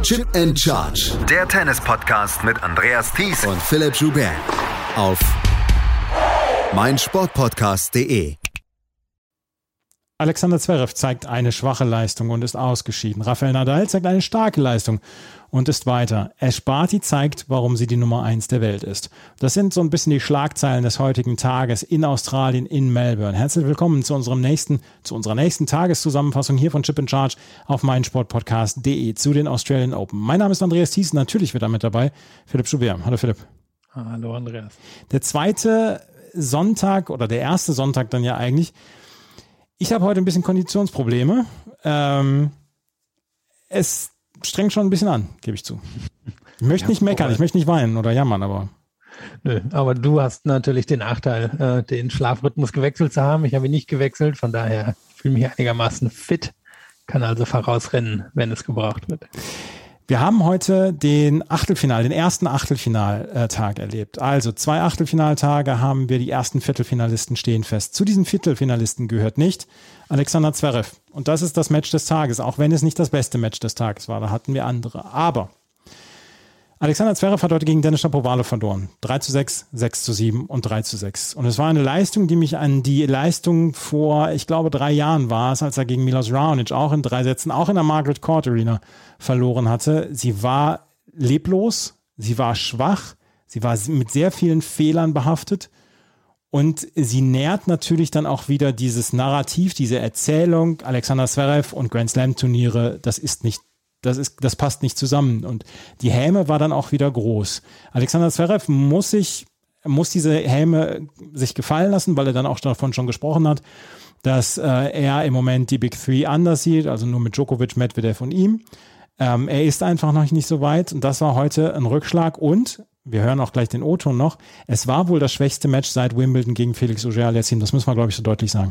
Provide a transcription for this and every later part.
Chip and Charge. Der Tennis-Podcast mit Andreas Thies und Philipp Joubert. Auf meinsportpodcast.de. Alexander Zverev zeigt eine schwache Leistung und ist ausgeschieden. Rafael Nadal zeigt eine starke Leistung und ist weiter. Ash Barty zeigt, warum sie die Nummer 1 der Welt ist. Das sind so ein bisschen die Schlagzeilen des heutigen Tages in Australien, in Melbourne. Herzlich willkommen zu unserer nächsten Tageszusammenfassung hier von Chip and Charge auf meinsportpodcast.de zu den Australian Open. Mein Name ist Andreas Thies, natürlich wieder mit dabei Philipp Joubert. Hallo Philipp. Hallo Andreas. Der zweite Sonntag oder der erste Sonntag dann ja eigentlich. Ich habe heute ein bisschen Konditionsprobleme. Es strengt schon ein bisschen an, gebe ich zu. Ich möchte nicht meckern, ich möchte nicht weinen oder jammern, aber... Nö, aber du hast natürlich den Nachteil, den Schlafrhythmus gewechselt zu haben. Ich habe ihn nicht gewechselt, von daher fühle ich mich einigermaßen fit, kann also vorausrennen, wenn es gebraucht wird. Wir haben heute den ersten Achtelfinaltag erlebt. Also 2 Achtelfinaltage haben wir, die ersten Viertelfinalisten stehen fest. Zu diesen Viertelfinalisten gehört nicht Alexander Zverev. Und das ist das Match des Tages, auch wenn es nicht das beste Match des Tages war. Da hatten wir andere. Aber Alexander Zverev hat heute gegen Denis Shapovalov verloren. 3:6, 6:7 und 3:6. Und es war eine Leistung, die mich an die Leistung vor, ich glaube, 3 Jahren war es, als er gegen Milos Raonic auch in 3 Sätzen, auch in der Margaret Court Arena verloren hatte. Sie war leblos, sie war schwach, sie war mit sehr vielen Fehlern behaftet und sie nährt natürlich dann auch wieder dieses Narrativ, diese Erzählung, Alexander Zverev und Grand Slam Turniere, das passt nicht zusammen. Und die Häme war dann auch wieder groß. Alexander Zverev muss diese Häme sich gefallen lassen, weil er dann auch davon schon gesprochen hat, dass er im Moment die Big Three anders sieht, also nur mit Djokovic, Medvedev und ihm. Er ist einfach noch nicht so weit und das war heute ein Rückschlag und wir hören auch gleich den O-Ton noch. Es war wohl das schwächste Match seit Wimbledon gegen Felix Auger-Aliassime. Das müssen wir, glaube ich, so deutlich sagen.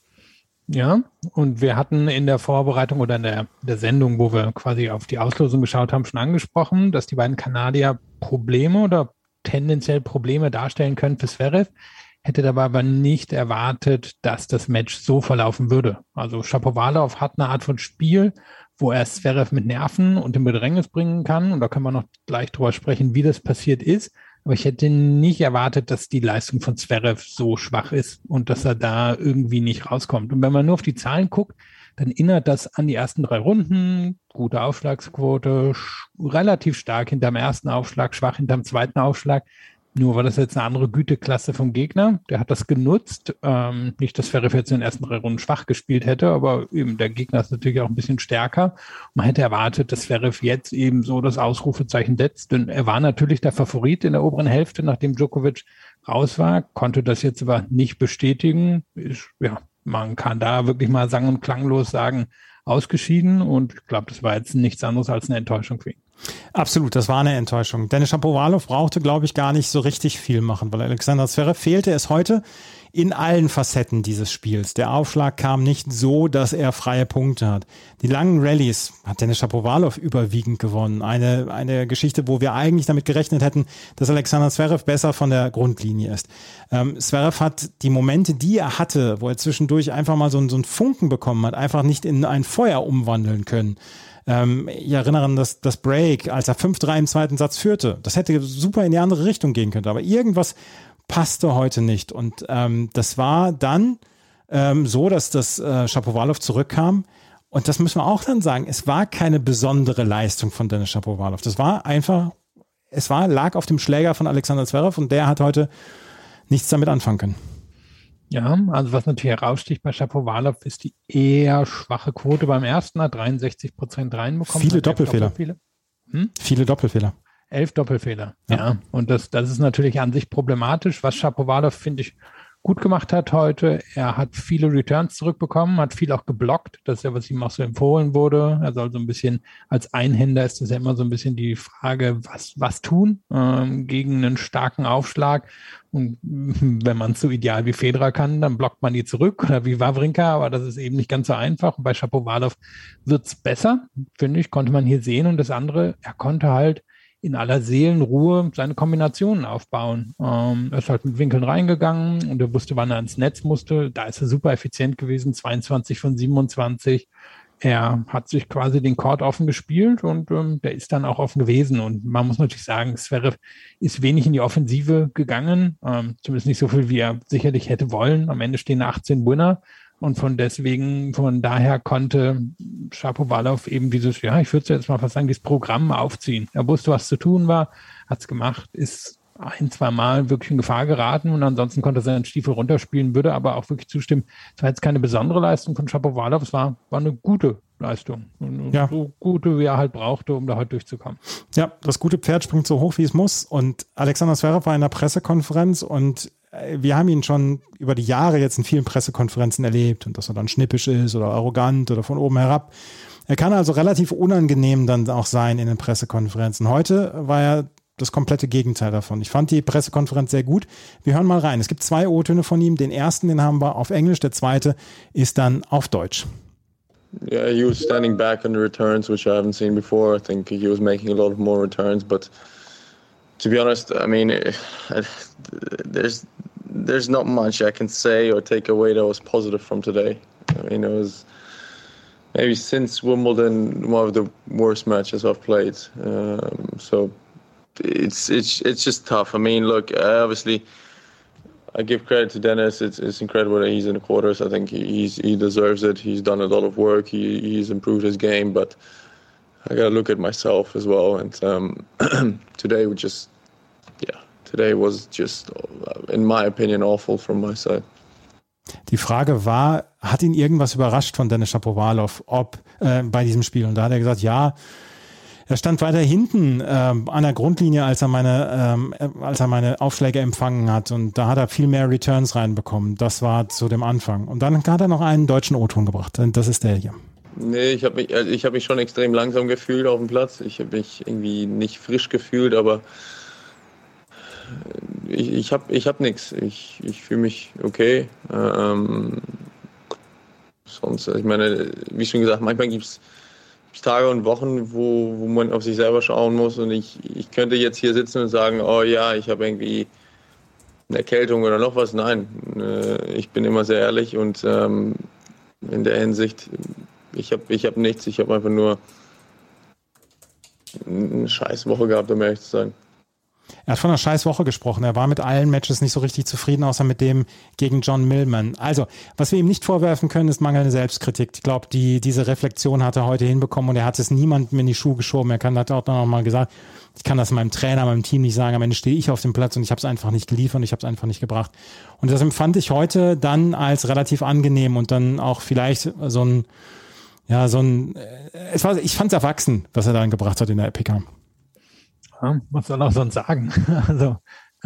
Ja, und wir hatten in der Vorbereitung oder in der Sendung, wo wir quasi auf die Auslosung geschaut haben, schon angesprochen, dass die beiden Kanadier Probleme oder tendenziell Probleme darstellen können für Zverev. Hätte dabei aber nicht erwartet, dass das Match so verlaufen würde. Also Shapovalov hat eine Art von Spiel, wo er Zverev mit Nerven und in Bedrängnis bringen kann. Und da können wir noch gleich drüber sprechen, wie das passiert ist. Aber ich hätte nicht erwartet, dass die Leistung von Zverev so schwach ist und dass er da irgendwie nicht rauskommt. Und wenn man nur auf die Zahlen guckt, dann erinnert das an die ersten 3 Runden. Gute Aufschlagsquote, relativ stark hinterm ersten Aufschlag, schwach hinterm zweiten Aufschlag. Nur war das jetzt eine andere Güteklasse vom Gegner. Der hat das genutzt. Nicht, dass Zverev jetzt in den ersten 3 Runden schwach gespielt hätte, aber eben der Gegner ist natürlich auch ein bisschen stärker. Man hätte erwartet, dass Zverev jetzt eben so das Ausrufezeichen setzt. Denn er war natürlich der Favorit in der oberen Hälfte, nachdem Djokovic raus war, konnte das jetzt aber nicht bestätigen. Man kann da wirklich mal sang- und klanglos sagen, ausgeschieden. Und ich glaube, das war jetzt nichts anderes als eine Enttäuschung für ihn. Absolut, das war eine Enttäuschung. Denis Shapovalov brauchte, glaube ich, gar nicht so richtig viel machen, weil Alexander Zverev fehlte es heute in allen Facetten dieses Spiels. Der Aufschlag kam nicht so, dass er freie Punkte hat. Die langen Rallyes hat Denis Shapovalov überwiegend gewonnen. Eine Geschichte, wo wir eigentlich damit gerechnet hätten, dass Alexander Zverev besser von der Grundlinie ist. Zverev hat die Momente, die er hatte, wo er zwischendurch einfach mal so einen Funken bekommen hat, einfach nicht in ein Feuer umwandeln können. Ich erinnere an das Break, als er 5:3 im zweiten Satz führte. Das hätte super in die andere Richtung gehen können, aber irgendwas passte heute nicht. Und das war dann so, dass das Shapovalov zurückkam. Und das müssen wir auch dann sagen, es war keine besondere Leistung von Denis Shapovalov. Das war einfach, lag auf dem Schläger von Alexander Zverev und der hat heute nichts damit anfangen können. Ja, also was natürlich heraussticht bei Shapovalov ist die eher schwache Quote beim ersten, hat 63% reinbekommen. Viele Doppelfehler. Viele Doppelfehler. 11 Doppelfehler, ja. Und das ist natürlich an sich problematisch. Was Shapovalov, finde ich, gut gemacht hat heute, er hat viele Returns zurückbekommen, hat viel auch geblockt. Das ist ja, was ihm auch so empfohlen wurde. Er soll so ein bisschen, als Einhänder ist das ja immer so ein bisschen die Frage, was tun gegen einen starken Aufschlag. Und wenn man es so ideal wie Federer kann, dann blockt man die zurück oder wie Wawrinka, aber das ist eben nicht ganz so einfach. Und bei Shapovalov wird's besser, finde ich, konnte man hier sehen. Und das andere, er konnte halt in aller Seelenruhe seine Kombinationen aufbauen. Er ist halt mit Winkeln reingegangen und er wusste, wann er ins Netz musste. Da ist er super effizient gewesen, 22 von 27. er hat sich quasi den Court offen gespielt und der ist dann auch offen gewesen. Und man muss natürlich sagen, Zverev ist wenig in die Offensive gegangen, zumindest nicht so viel, wie er sicherlich hätte wollen. Am Ende stehen 18 Winner und von daher konnte Shapovalov eben dieses, ja, ich würde jetzt mal fast sagen, dieses Programm aufziehen. Er wusste, was zu tun war, hat es gemacht, ist 1-2 Mal wirklich in Gefahr geraten und ansonsten konnte er seinen Stiefel runterspielen, würde aber auch wirklich zustimmen. Es war jetzt keine besondere Leistung von Shapovalov, es war eine gute Leistung. Ja. So gute, wie er halt brauchte, um da heute durchzukommen. Ja, das gute Pferd springt so hoch, wie es muss. Und Alexander Zverev war in der Pressekonferenz und wir haben ihn schon über die Jahre jetzt in vielen Pressekonferenzen erlebt und dass er dann schnippisch ist oder arrogant oder von oben herab. Er kann also relativ unangenehm dann auch sein in den Pressekonferenzen. Heute war er das komplette Gegenteil davon. Ich fand die Pressekonferenz sehr gut. Wir hören mal rein. Es gibt 2 O-Töne von ihm. Den ersten, den haben wir auf Englisch. Der zweite ist dann auf Deutsch. Yeah, he was standing back on the returns, which I haven't seen before. I think he was making a lot of more returns, but to be honest, I mean, there's not much I can say or take away that was positive from today. I mean, it was maybe since Wimbledon one of the worst matches I've played. So it's just tough. I mean, look, obviously, I give credit to Dennis. It's incredible that he's in the quarters. I think he deserves it. He's done a lot of work. He's improved his game, but I gotta look at myself as well. And today was just, in my opinion, awful from my side. Die Frage war, hat ihn irgendwas überrascht von Denis Shapovalov bei diesem Spiel? Und da hat er gesagt, ja, er stand weiter hinten an der Grundlinie, als er meine Aufschläge empfangen hat. Und da hat er viel mehr Returns reinbekommen. Das war zu dem Anfang. Und dann hat er noch einen deutschen O-Ton gebracht. Das ist der hier. Nee, ich hab mich schon extrem langsam gefühlt auf dem Platz. Ich habe mich irgendwie nicht frisch gefühlt, aber ich hab nichts. Ich fühle mich okay. Sonst, ich meine, wie schon gesagt, manchmal gibt's Tage und Wochen, wo man auf sich selber schauen muss und ich könnte jetzt hier sitzen und sagen, oh ja, ich habe irgendwie eine Erkältung oder noch was. Nein, ich bin immer sehr ehrlich und in der Hinsicht, ich hab nichts, ich habe einfach nur eine scheiß Woche gehabt, um ehrlich zu sein. Er hat von einer scheiß Woche gesprochen. Er war mit allen Matches nicht so richtig zufrieden, außer mit dem gegen John Millman. Also, was wir ihm nicht vorwerfen können, ist mangelnde Selbstkritik. Ich glaube, diese Reflexion hat er heute hinbekommen und er hat es niemandem in die Schuhe geschoben. Er hat auch noch mal gesagt, ich kann das meinem Trainer, meinem Team nicht sagen. Am Ende stehe ich auf dem Platz und ich habe es einfach nicht geliefert und ich habe es einfach nicht gebracht. Und das empfand ich heute dann als relativ angenehm und dann auch vielleicht ich fand es erwachsen, was er dann gebracht hat in der PK. Ja, was soll er sonst sagen? Also,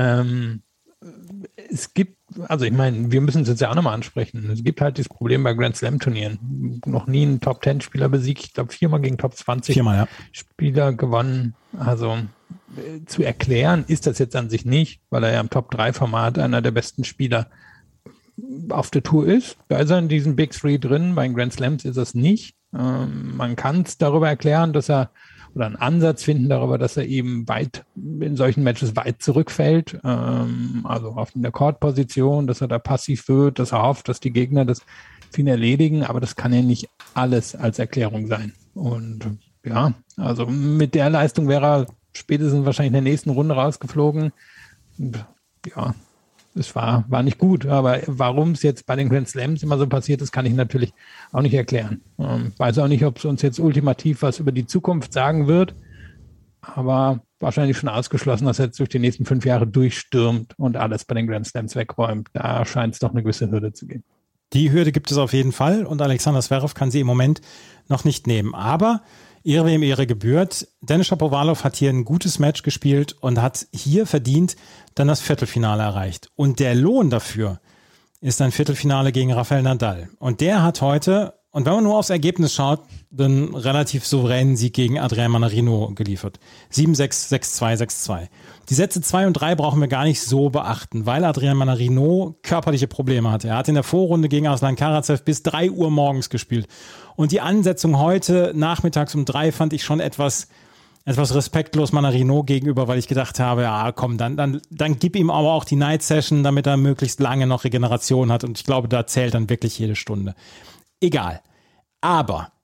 ich meine, wir müssen es jetzt ja auch nochmal ansprechen. Es gibt halt dieses Problem bei Grand Slam Turnieren. Noch nie einen Top 10 Spieler besiegt. Ich glaube, 4-mal gegen Top 20 ja. Spieler gewonnen. Also, zu erklären ist das jetzt an sich nicht, weil er ja im Top 3 Format einer der besten Spieler auf der Tour ist. Da ist er in diesen Big Three drin. Bei den Grand Slams ist es nicht. Man kann es darüber erklären, oder einen Ansatz finden darüber, dass er eben in solchen Matches weit zurückfällt, also auf der Court-Position, dass er da passiv wird, dass er hofft, dass die Gegner das für ihn erledigen, aber das kann ja nicht alles als Erklärung sein. Und ja, also mit der Leistung wäre er spätestens wahrscheinlich in der nächsten Runde rausgeflogen. Und ja, es war nicht gut, aber warum es jetzt bei den Grand Slams immer so passiert ist, kann ich natürlich auch nicht erklären. Weiß auch nicht, ob es uns jetzt ultimativ was über die Zukunft sagen wird, aber wahrscheinlich schon ausgeschlossen, dass er jetzt durch die nächsten 5 Jahre durchstürmt und alles bei den Grand Slams wegräumt. Da scheint es doch eine gewisse Hürde zu geben. Die Hürde gibt es auf jeden Fall und Alexander Zverev kann sie im Moment noch nicht nehmen. Aber Ehre wem Ehre gebührt. Denis Shapovalov hat hier ein gutes Match gespielt und hat hier verdient dann das Viertelfinale erreicht. Und der Lohn dafür ist ein Viertelfinale gegen Rafael Nadal. Und der hat heute, und wenn man nur aufs Ergebnis schaut, einen relativ souveränen Sieg gegen Adrian Manarino geliefert. 7-6, 6-2, 6-2. Die Sätze 2 und 3 brauchen wir gar nicht so beachten, weil Adrian Manarino körperliche Probleme hatte. Er hat in der Vorrunde gegen Aslan Karatsev bis 3 Uhr morgens gespielt. Und die Ansetzung heute nachmittags um 3 fand ich schon etwas respektlos Manarino gegenüber, weil ich gedacht habe, ja komm, dann gib ihm aber auch die Night Session, damit er möglichst lange noch Regeneration hat. Und ich glaube, da zählt dann wirklich jede Stunde. Egal. Aber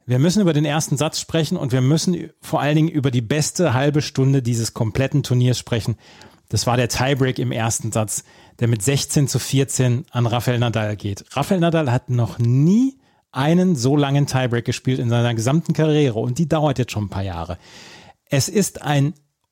Wir müssen über den ersten Satz sprechen und wir müssen vor allen Dingen über die beste halbe Stunde dieses kompletten Turniers sprechen. Das war der Tiebreak im ersten Satz, der mit 16:14 an Rafael Nadal geht. Rafael Nadal hat noch nie einen so langen Tiebreak gespielt in seiner gesamten Karriere und die dauert jetzt schon ein paar Jahre. Es ist ein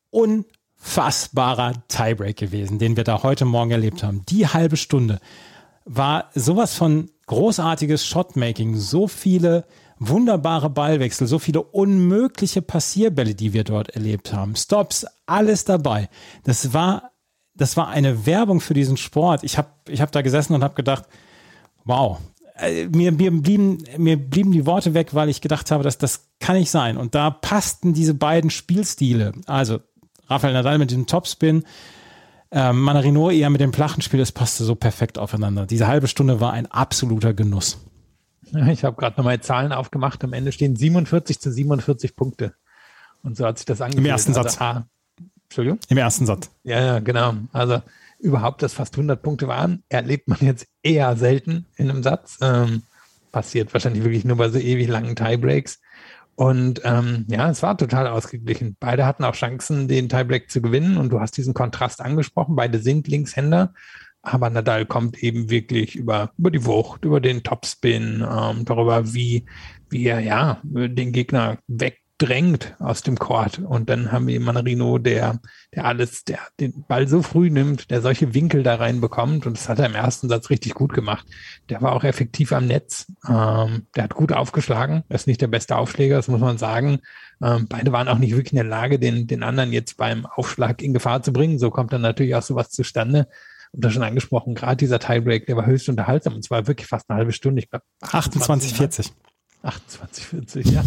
unfassbarer Tiebreak gewesen, den wir da heute Morgen erlebt haben. Die halbe Stunde war sowas von großartiges Shotmaking, so viele wunderbare Ballwechsel, so viele unmögliche Passierbälle, die wir dort erlebt haben. Stops, alles dabei. Das war eine Werbung für diesen Sport. Ich hab da gesessen und habe gedacht, wow, mir blieben die Worte weg, weil ich gedacht habe, dass das kann nicht sein. Und da passten diese beiden Spielstile. Also Rafael Nadal mit dem Topspin, Mannarino eher mit dem flachen Spiel, das passte so perfekt aufeinander. Diese halbe Stunde war ein absoluter Genuss. Ich habe gerade nochmal Zahlen aufgemacht. Am Ende stehen 47:47 Punkte. Und so hat sich das angefühlt. Im ersten Satz. Entschuldigung? Im ersten Satz. Ja, genau. Also überhaupt, dass fast 100 Punkte waren, erlebt man jetzt eher selten in einem Satz. Passiert wahrscheinlich wirklich nur bei so ewig langen Tiebreaks. Und es war total ausgeglichen. Beide hatten auch Chancen, den Tiebreak zu gewinnen. Und du hast diesen Kontrast angesprochen. Beide sind Linkshänder. Aber Nadal kommt eben wirklich über die Wucht, über den Topspin, darüber, wie er den Gegner wegdrängt aus dem Court. Und dann haben wir Mannarino, der den Ball so früh nimmt, der solche Winkel da reinbekommt. Und das hat er im ersten Satz richtig gut gemacht. Der war auch effektiv am Netz. Der hat gut aufgeschlagen. Er ist nicht der beste Aufschläger, das muss man sagen. Beide waren auch nicht wirklich in der Lage, den anderen jetzt beim Aufschlag in Gefahr zu bringen. So kommt dann natürlich auch sowas zustande. Und das schon angesprochen, gerade dieser Tiebreak, der war höchst unterhaltsam und zwar wirklich fast eine halbe Stunde, ich glaube 28:40. 28:40, ja.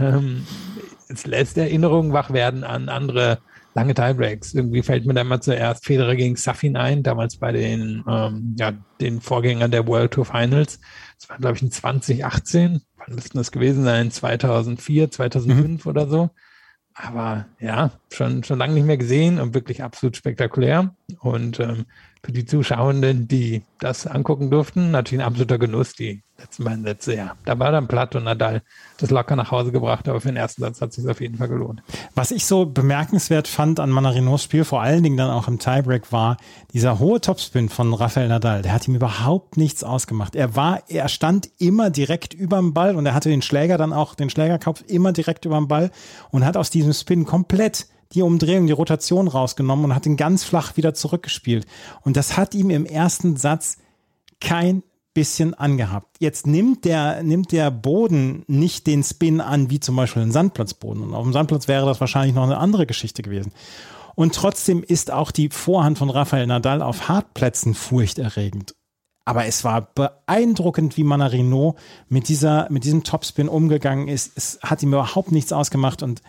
Es lässt Erinnerungen wach werden an andere lange Tiebreaks. Irgendwie fällt mir da mal zuerst Federer gegen Safin ein, damals bei den Vorgängern der World Tour Finals. Das war, glaube ich, in 2018. Wann müssten das gewesen sein? 2004, 2005 oder so. Aber ja, schon lange nicht mehr gesehen und wirklich absolut spektakulär. Und für die Zuschauenden, die das angucken durften, natürlich ein absoluter Genuss. Die letzten beiden Sätze, ja. Da war dann Platt und Nadal das locker nach Hause gebracht, aber für den ersten Satz hat es sich auf jeden Fall gelohnt. Was ich so bemerkenswert fand an Mannarinos Spiel, vor allen Dingen dann auch im Tiebreak, war dieser hohe Topspin von Rafael Nadal. Der hat ihm überhaupt nichts ausgemacht. Er stand immer direkt über dem Ball und er hatte den Schlägerkopf immer direkt über dem Ball und hat aus diesem Spin komplett die Umdrehung, die Rotation rausgenommen und hat ihn ganz flach wieder zurückgespielt. Und das hat ihm im ersten Satz kein bisschen angehabt. Jetzt nimmt der Boden nicht den Spin an, wie zum Beispiel ein Sandplatzboden. Und auf dem Sandplatz wäre das wahrscheinlich noch eine andere Geschichte gewesen. Und trotzdem ist auch die Vorhand von Rafael Nadal auf Hartplätzen furchterregend. Aber es war beeindruckend, wie Mannarino mit diesem Topspin umgegangen ist. Es hat ihm überhaupt nichts ausgemacht und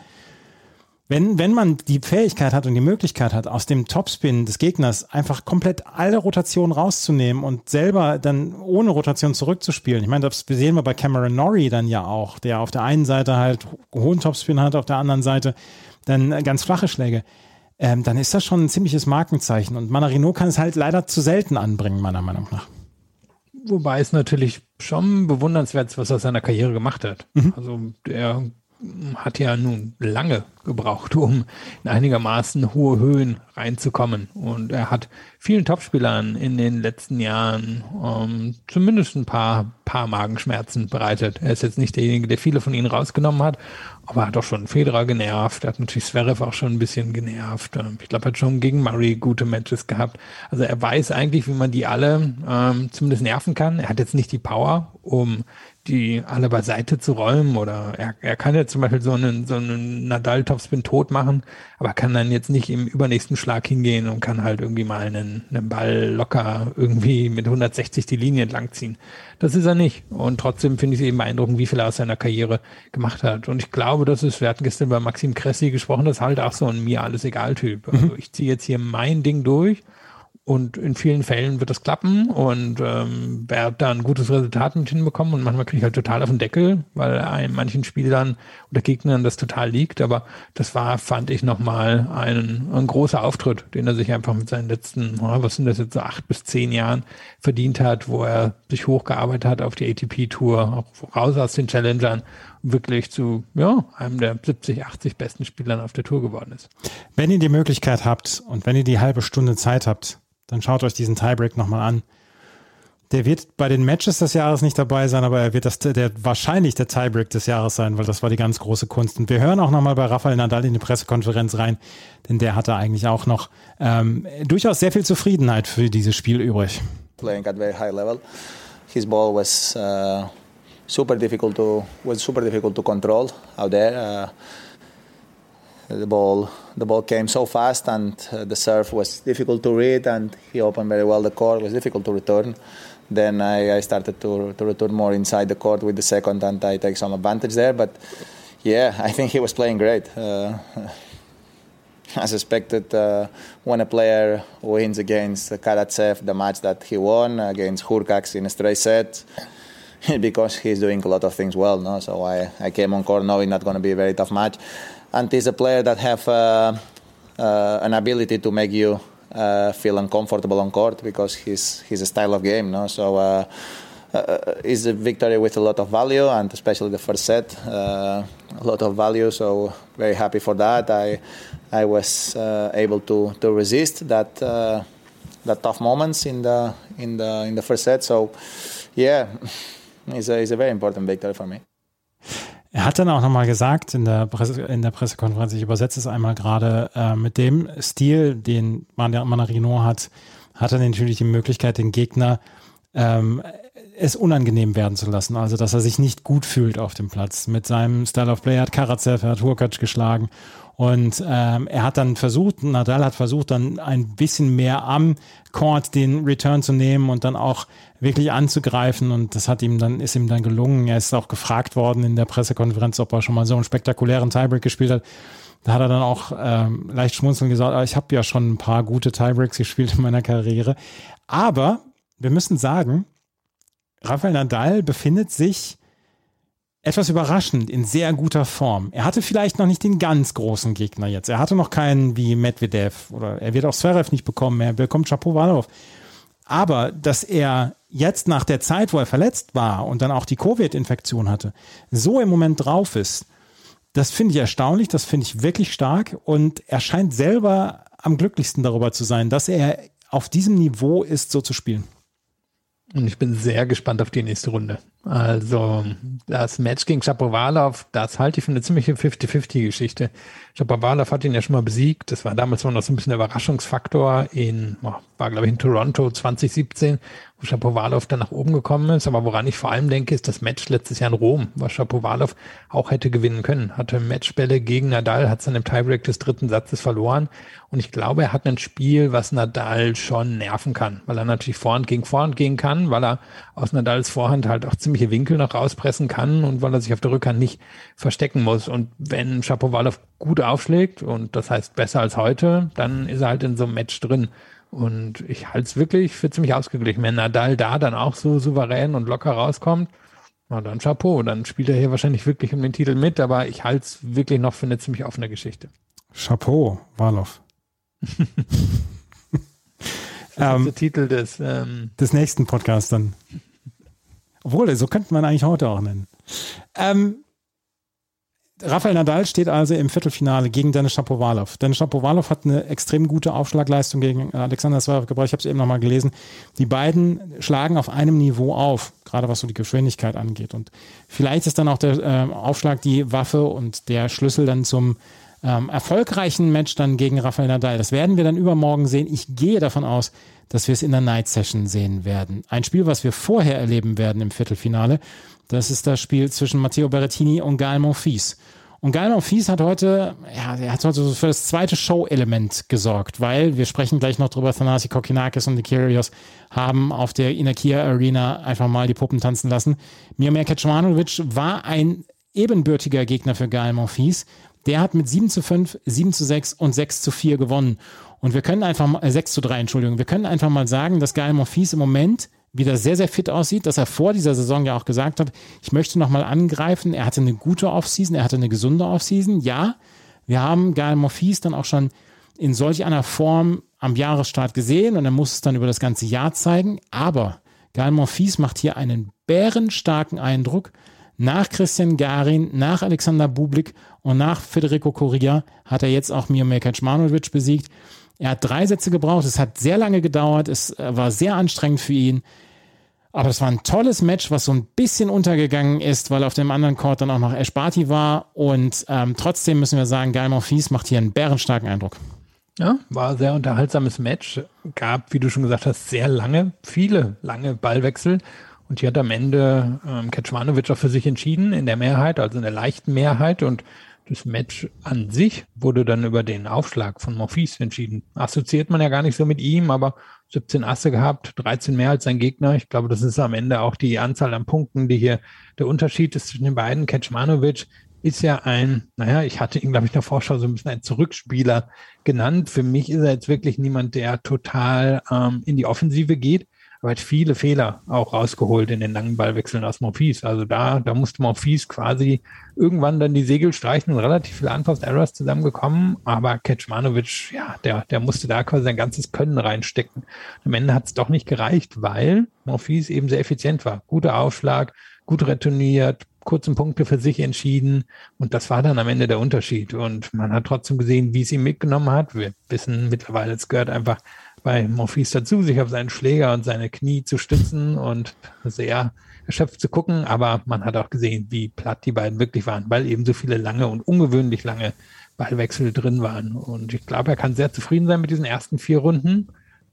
wenn man die Fähigkeit hat und die Möglichkeit hat, aus dem Topspin des Gegners einfach komplett alle Rotationen rauszunehmen und selber dann ohne Rotation zurückzuspielen. Ich meine, das sehen wir bei Cameron Norrie dann ja auch, der auf der einen Seite halt hohen Topspin hat, auf der anderen Seite dann ganz flache Schläge. Dann ist das schon ein ziemliches Markenzeichen. Und Mannarino kann es halt leider zu selten anbringen, meiner Meinung nach. Wobei es natürlich schon bewundernswert ist, was er aus seiner Karriere gemacht hat. Also der hat ja nun lange gebraucht, um in einigermaßen hohe Höhen reinzukommen. Und er hat vielen Topspielern in den letzten Jahren zumindest ein paar Magenschmerzen bereitet. Er ist jetzt nicht derjenige, der viele von ihnen rausgenommen hat, aber er hat auch schon Federer genervt. Er hat natürlich Zverev auch schon ein bisschen genervt. Ich glaube, er hat schon gegen Murray gute Matches gehabt. Also er weiß eigentlich, wie man die alle zumindest nerven kann. Er hat jetzt nicht die Power, um die alle beiseite zu räumen, oder er kann ja zum Beispiel so einen Nadal-Topspin tot machen, aber kann dann jetzt nicht im übernächsten Schlag hingehen und kann halt irgendwie mal einen Ball locker irgendwie mit 160 die Linie entlang ziehen. Das ist er nicht. Und trotzdem finde ich es eben beeindruckend, wie viel er aus seiner Karriere gemacht hat. Und ich glaube, wir hatten gestern bei Maxim Cressy gesprochen, das ist halt auch so ein mir alles egal Typ. Also ich ziehe jetzt hier mein Ding durch. Und in vielen Fällen wird das klappen und werde da ein gutes Resultat mit hinbekommen. Und manchmal kriege ich halt total auf den Deckel, weil manchen Spielern oder Gegnern das total liegt. Aber das fand ich nochmal ein großer Auftritt, den er sich einfach mit seinen letzten, was sind das jetzt, so 8 bis 10 Jahren verdient hat, wo er sich hochgearbeitet hat auf die ATP-Tour, auch raus aus den Challengern wirklich zu einem der 70, 80 besten Spielern auf der Tour geworden ist. Wenn ihr die Möglichkeit habt und wenn ihr die halbe Stunde Zeit habt, dann schaut euch diesen Tiebreak nochmal an. Der wird bei den Matches des Jahres nicht dabei sein, aber er wird wahrscheinlich der Tiebreak des Jahres sein, weil das war die ganz große Kunst. Und wir hören auch nochmal bei Rafael Nadal in die Pressekonferenz rein, denn der hatte eigentlich auch noch durchaus sehr viel Zufriedenheit für dieses Spiel übrig. Playing at very high level. His ball was super difficult to control out there. The ball came so fast and the serve was difficult to read and he opened very well the court. It was difficult to return. Then I started to return more inside the court with the second and I take some advantage there. But yeah, I think he was playing great. As expected, when a player wins against Karatsev, the match that he won against Hurkacz in a straight set, because he's doing a lot of things well. No? So I came on court knowing that's going to be a very tough match. And he's a player that have an ability to make you feel uncomfortable on court because he's a style of game. No? So it's a victory with a lot of value, and especially the first set, a lot of value. So very happy for that. I was able to resist that tough moments in the first set. So yeah, it's a very important victory for me. Er hat dann auch nochmal gesagt in der Pressekonferenz, ich übersetze es einmal gerade, mit dem Stil, den Mannarino hat er natürlich die Möglichkeit, den Gegner es unangenehm werden zu lassen. Also, dass er sich nicht gut fühlt auf dem Platz. Mit seinem Style of Play hat Karatsev, er hat Hurkacz geschlagen. Und er hat dann Nadal hat versucht, dann ein bisschen mehr am Court den Return zu nehmen und dann auch wirklich anzugreifen. Und das ist ihm dann gelungen. Er ist auch gefragt worden in der Pressekonferenz, ob er schon mal so einen spektakulären Tiebreak gespielt hat. Da hat er dann auch leicht schmunzelnd gesagt, ich habe ja schon ein paar gute Tiebreaks gespielt in meiner Karriere. Aber wir müssen sagen, Rafael Nadal befindet sich etwas überraschend in sehr guter Form. Er hatte vielleicht noch nicht den ganz großen Gegner jetzt. Er hatte noch keinen wie Medvedev oder er wird auch Zverev nicht bekommen. Er bekommt Shapovalov. Aber dass er jetzt nach der Zeit, wo er verletzt war und dann auch die Covid-Infektion hatte, so im Moment drauf ist, das finde ich erstaunlich, das finde ich wirklich stark und er scheint selber am glücklichsten darüber zu sein, dass er auf diesem Niveau ist, so zu spielen. Und ich bin sehr gespannt auf die nächste Runde. Also das Match gegen Shapovalov, das halte ich für eine ziemliche 50-50-Geschichte. Shapovalov hat ihn ja schon mal besiegt. Das war damals noch so ein bisschen der Überraschungsfaktor war glaube ich in Toronto 2017, wo Shapovalov dann nach oben gekommen ist. Aber woran ich vor allem denke, ist das Match letztes Jahr in Rom, was Shapovalov auch hätte gewinnen können. Hatte Matchbälle gegen Nadal, hat es dann im Tiebreak des dritten Satzes verloren. Und ich glaube, er hat ein Spiel, was Nadal schon nerven kann, weil er natürlich Vorhand gehen kann, weil er aus Nadals Vorhand halt auch ziemliche Winkel noch rauspressen kann und weil er sich auf der Rückhand nicht verstecken muss. Und wenn Shapovalov gut aufschlägt, und das heißt besser als heute, dann ist er halt in so einem Match drin. Und ich halte es wirklich für ziemlich ausgeglichen. Wenn Nadal da dann auch so souverän und locker rauskommt, na dann Chapeau, dann spielt er hier wahrscheinlich wirklich um den Titel mit, aber ich halte es wirklich noch für eine ziemlich offene Geschichte. Chapeau, Valov. Das ist der Titel des nächsten Podcasts dann. Obwohl, so könnte man eigentlich heute auch nennen. Rafael Nadal steht also im Viertelfinale gegen Denis Shapovalov. Denis Shapovalov hat eine extrem gute Aufschlagleistung gegen Alexander Zverev gebracht. Ich habe es eben nochmal gelesen. Die beiden schlagen auf einem Niveau auf, gerade was so die Geschwindigkeit angeht. Und vielleicht ist dann auch der Aufschlag die Waffe und der Schlüssel dann zum erfolgreichen Match dann gegen Rafael Nadal. Das werden wir dann übermorgen sehen. Ich gehe davon aus, dass wir es in der Night Session sehen werden. Ein Spiel, was wir vorher erleben werden im Viertelfinale, das ist das Spiel zwischen Matteo Berrettini und Gael Monfils. Und Gael Monfils hat heute für das zweite Show-Element gesorgt, weil wir sprechen gleich noch drüber, Thanasi Kokkinakis und die Kyrgios haben auf der Inakia Arena einfach mal die Puppen tanzen lassen. Miomir Kecmanovic war ein ebenbürtiger Gegner für Gael Monfils. Der hat mit 7:5, 7:6 und 6:4 gewonnen. Und wir können einfach mal, 6:3, Entschuldigung, wir können einfach mal sagen, dass Gael Monfils im Moment wieder sehr, sehr fit aussieht, dass er vor dieser Saison ja auch gesagt hat, ich möchte nochmal angreifen. Er hatte eine gute Offseason, er hatte eine gesunde Offseason. Ja, wir haben Gael Monfils dann auch schon in solch einer Form am Jahresstart gesehen und er muss es dann über das ganze Jahr zeigen. Aber Gael Monfils macht hier einen bärenstarken Eindruck. Nach Christian Garin, nach Alexander Bublik und nach Federico Coria hat er jetzt auch Miomir Kecmanovic besiegt. Er hat 3 Sätze gebraucht, es hat sehr lange gedauert, es war sehr anstrengend für ihn. Aber es war ein tolles Match, was so ein bisschen untergegangen ist, weil auf dem anderen Court dann auch noch Ash Barty war. Und trotzdem müssen wir sagen, Gael Monfils macht hier einen bärenstarken Eindruck. Ja, war ein sehr unterhaltsames Match. Gab, wie du schon gesagt hast, viele lange Ballwechsel. Und hier hat am Ende Kecmanovic auch für sich entschieden, in der Mehrheit, also in der leichten Mehrheit. Und das Match an sich wurde dann über den Aufschlag von Monfils entschieden. Assoziiert man ja gar nicht so mit ihm, aber 17 Asse gehabt, 13 mehr als sein Gegner. Ich glaube, das ist am Ende auch die Anzahl an Punkten, die hier der Unterschied ist zwischen den beiden. Kecmanovic ist ja ich hatte ihn, glaube ich, in der Vorschau so ein bisschen ein Zurückspieler genannt. Für mich ist er jetzt wirklich niemand, der total in die Offensive geht, aber hat viele Fehler auch rausgeholt in den langen Ballwechseln aus Monfils. Also da musste Monfils quasi irgendwann dann die Segel streichen und relativ viele Unforced Errors zusammengekommen. Aber Kecmanovic, der musste da quasi sein ganzes Können reinstecken. Am Ende hat es doch nicht gereicht, weil Monfils eben sehr effizient war. Guter Aufschlag, gut retourniert, kurzen Punkte für sich entschieden. Und das war dann am Ende der Unterschied. Und man hat trotzdem gesehen, wie es ihn mitgenommen hat. Wir wissen mittlerweile, es gehört einfach bei Monfils dazu, sich auf seinen Schläger und seine Knie zu stützen und sehr erschöpft zu gucken. Aber man hat auch gesehen, wie platt die beiden wirklich waren, weil eben so viele lange und ungewöhnlich lange Ballwechsel drin waren. Und ich glaube, er kann sehr zufrieden sein mit diesen ersten 4 Runden.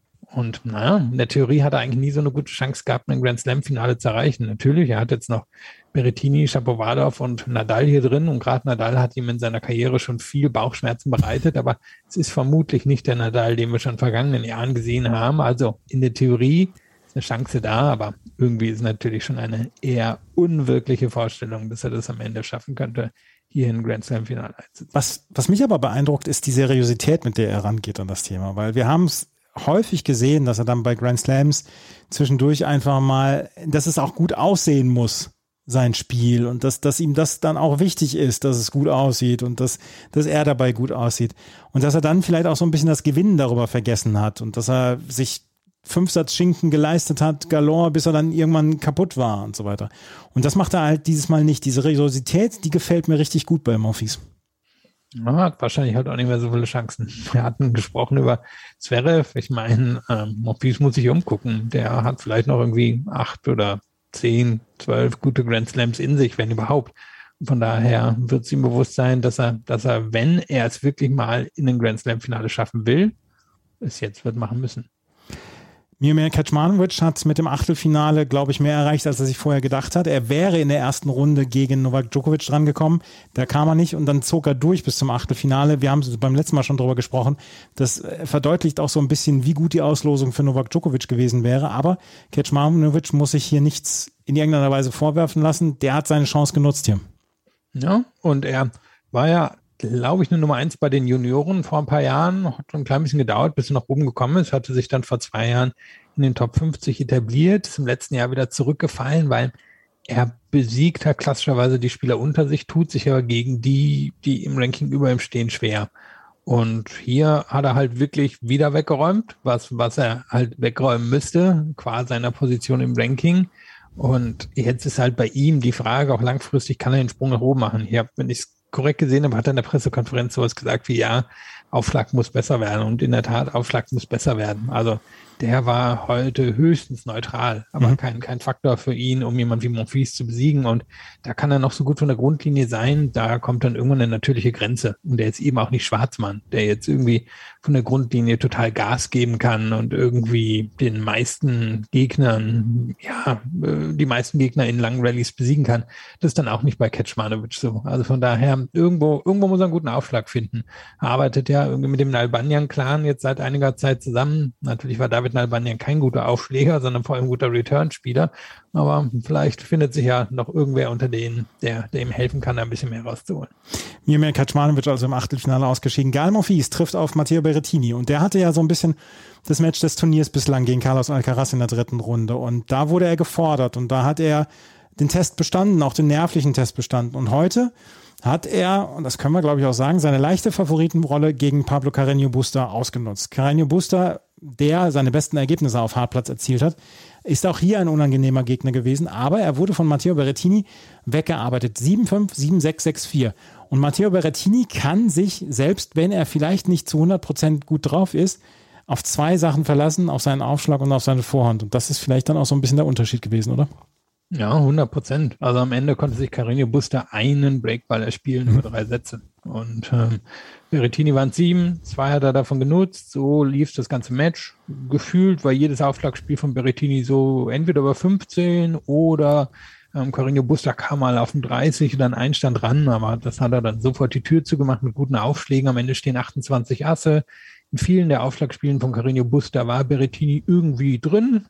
Und in der Theorie hat er eigentlich nie so eine gute Chance gehabt, ein Grand Slam-Finale zu erreichen. Natürlich, er hat jetzt noch Berrettini, Shapovalov und Nadal hier drin. Und gerade Nadal hat ihm in seiner Karriere schon viel Bauchschmerzen bereitet. Aber es ist vermutlich nicht der Nadal, den wir schon in vergangenen Jahren gesehen haben. Also in der Theorie ist eine Chance da, aber irgendwie ist natürlich schon eine eher unwirkliche Vorstellung, dass er das am Ende schaffen könnte, hier in Grand Slam-Finale einzuziehen. Was mich aber beeindruckt, ist die Seriosität, mit der er rangeht an das Thema. Weil wir haben es häufig gesehen, dass er dann bei Grand Slams zwischendurch einfach mal, dass es auch gut aussehen muss, sein Spiel, und dass ihm das dann auch wichtig ist, dass es gut aussieht und dass er dabei gut aussieht und dass er dann vielleicht auch so ein bisschen das Gewinnen darüber vergessen hat und dass er sich 5 Satz Schinken geleistet hat, galore, bis er dann irgendwann kaputt war und so weiter. Und das macht er halt dieses Mal nicht. Diese Seriosität, die gefällt mir richtig gut bei Monfils. Ja, hat wahrscheinlich halt auch nicht mehr so viele Chancen. Wir hatten gesprochen über Zverev. Ich meine, Monfils muss sich umgucken. Der hat vielleicht noch irgendwie 8 oder 10, 12 gute Grand Slams in sich, wenn überhaupt. Von daher wird es ihm bewusst sein, dass er, wenn er es wirklich mal in den Grand Slam Finale schaffen will, es jetzt wird machen müssen. Miomir Kecmanovic hat mit dem Achtelfinale, glaube ich, mehr erreicht, als er sich vorher gedacht hat. Er wäre in der ersten Runde gegen Novak Djokovic drangekommen. Da kam er nicht und dann zog er durch bis zum Achtelfinale. Wir haben beim letzten Mal schon drüber gesprochen. Das verdeutlicht auch so ein bisschen, wie gut die Auslosung für Novak Djokovic gewesen wäre. Aber Kecmanovic muss sich hier nichts in irgendeiner Weise vorwerfen lassen. Der hat seine Chance genutzt hier. Ja, und er war ja, glaube ich, eine Nummer 1 bei den Junioren vor ein paar Jahren. Hat schon ein klein bisschen gedauert, bis er nach oben gekommen ist. Hatte sich dann vor 2 Jahren in den Top 50 etabliert. Ist im letzten Jahr wieder zurückgefallen, weil er besiegt halt klassischerweise die Spieler unter sich, tut sich aber gegen die im Ranking über ihm stehen, schwer. Und hier hat er halt wirklich wieder weggeräumt, was er halt wegräumen müsste, qua seiner Position im Ranking. Und jetzt ist halt bei ihm die Frage, auch langfristig kann er den Sprung nach oben machen. Hier, wenn ich es korrekt gesehen habe, hat er in der Pressekonferenz sowas gesagt wie, ja, Aufschlag muss besser werden. Und in der Tat, Aufschlag muss besser werden. Also der war heute höchstens neutral, aber kein Faktor für ihn, um jemanden wie Monfils zu besiegen. Und da kann er noch so gut von der Grundlinie sein, da kommt dann irgendwann eine natürliche Grenze. Und der ist eben auch nicht Schwarzmann, der jetzt irgendwie von der Grundlinie total Gas geben kann und irgendwie den meisten Gegnern, die meisten Gegner in langen Rallyes besiegen kann. Das ist dann auch nicht bei Kecmanovic so. Also von daher, irgendwo muss er einen guten Aufschlag finden. Er arbeitet ja irgendwie mit dem Nalbandian-Clan jetzt seit einiger Zeit zusammen. Natürlich war David Nalbandian kein guter Aufschläger, sondern vor allem ein guter Return-Spieler. Aber vielleicht findet sich ja noch irgendwer unter denen, der ihm helfen kann, da ein bisschen mehr rauszuholen. Miomir Kecmanovic also im Achtelfinale ausgeschieden. Gael Monfils trifft auf Matteo Berrettini und der hatte ja so ein bisschen das Match des Turniers bislang gegen Carlos Alcaraz in der 3. Runde und da wurde er gefordert und da hat er den Test bestanden, auch den nervlichen Test bestanden. Und heute hat er, und das können wir glaube ich auch sagen, seine leichte Favoritenrolle gegen Pablo Carreño Busta ausgenutzt. Carreño Busta der seine besten Ergebnisse auf Hartplatz erzielt hat. Ist auch hier ein unangenehmer Gegner gewesen, aber er wurde von Matteo Berrettini weggearbeitet. 7-5, 7-6, 6-4. Und Matteo Berrettini kann sich, selbst wenn er vielleicht nicht zu 100% gut drauf ist, auf zwei Sachen verlassen, auf seinen Aufschlag und auf seine Vorhand. Und das ist vielleicht dann auch so ein bisschen der Unterschied gewesen, oder? Ja, 100%. Also am Ende konnte sich Carreño Busta einen Breakball erspielen über 3 Sätze. Und Berrettini waren 7, 2 hat er davon genutzt. So lief das ganze Match. Gefühlt war jedes Aufschlagspiel von Berrettini so entweder über 15 oder Carreño Busta kam mal auf den 30 oder einen Einstand ran, aber das hat er dann sofort die Tür zugemacht mit guten Aufschlägen. Am Ende stehen 28 Asse. In vielen der Aufschlagspielen von Carreño Busta war Berrettini irgendwie drin.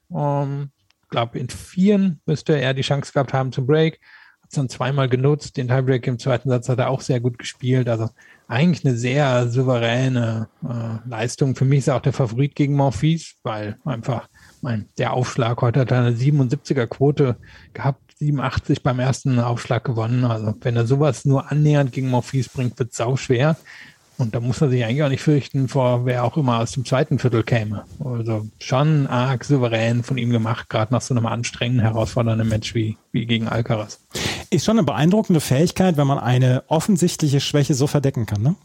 Ich glaube, in 4 müsste er die Chance gehabt haben zum Break. Hat es dann 2-mal genutzt. Den Tiebreak im zweiten Satz hat er auch sehr gut gespielt. Also eigentlich eine sehr souveräne Leistung. Für mich ist er auch der Favorit gegen Monfils, weil einfach der Aufschlag heute hat er eine 77er-Quote gehabt, 87 beim ersten Aufschlag gewonnen. Also wenn er sowas nur annähernd gegen Monfils bringt, wird es sauschwer. Und da muss er sich eigentlich auch nicht fürchten vor, wer auch immer aus dem zweiten Viertel käme. Also schon arg souverän von ihm gemacht, gerade nach so einem anstrengenden, herausfordernden Match wie gegen Alcaraz. Ist schon eine beeindruckende Fähigkeit, wenn man eine offensichtliche Schwäche so verdecken kann, ne?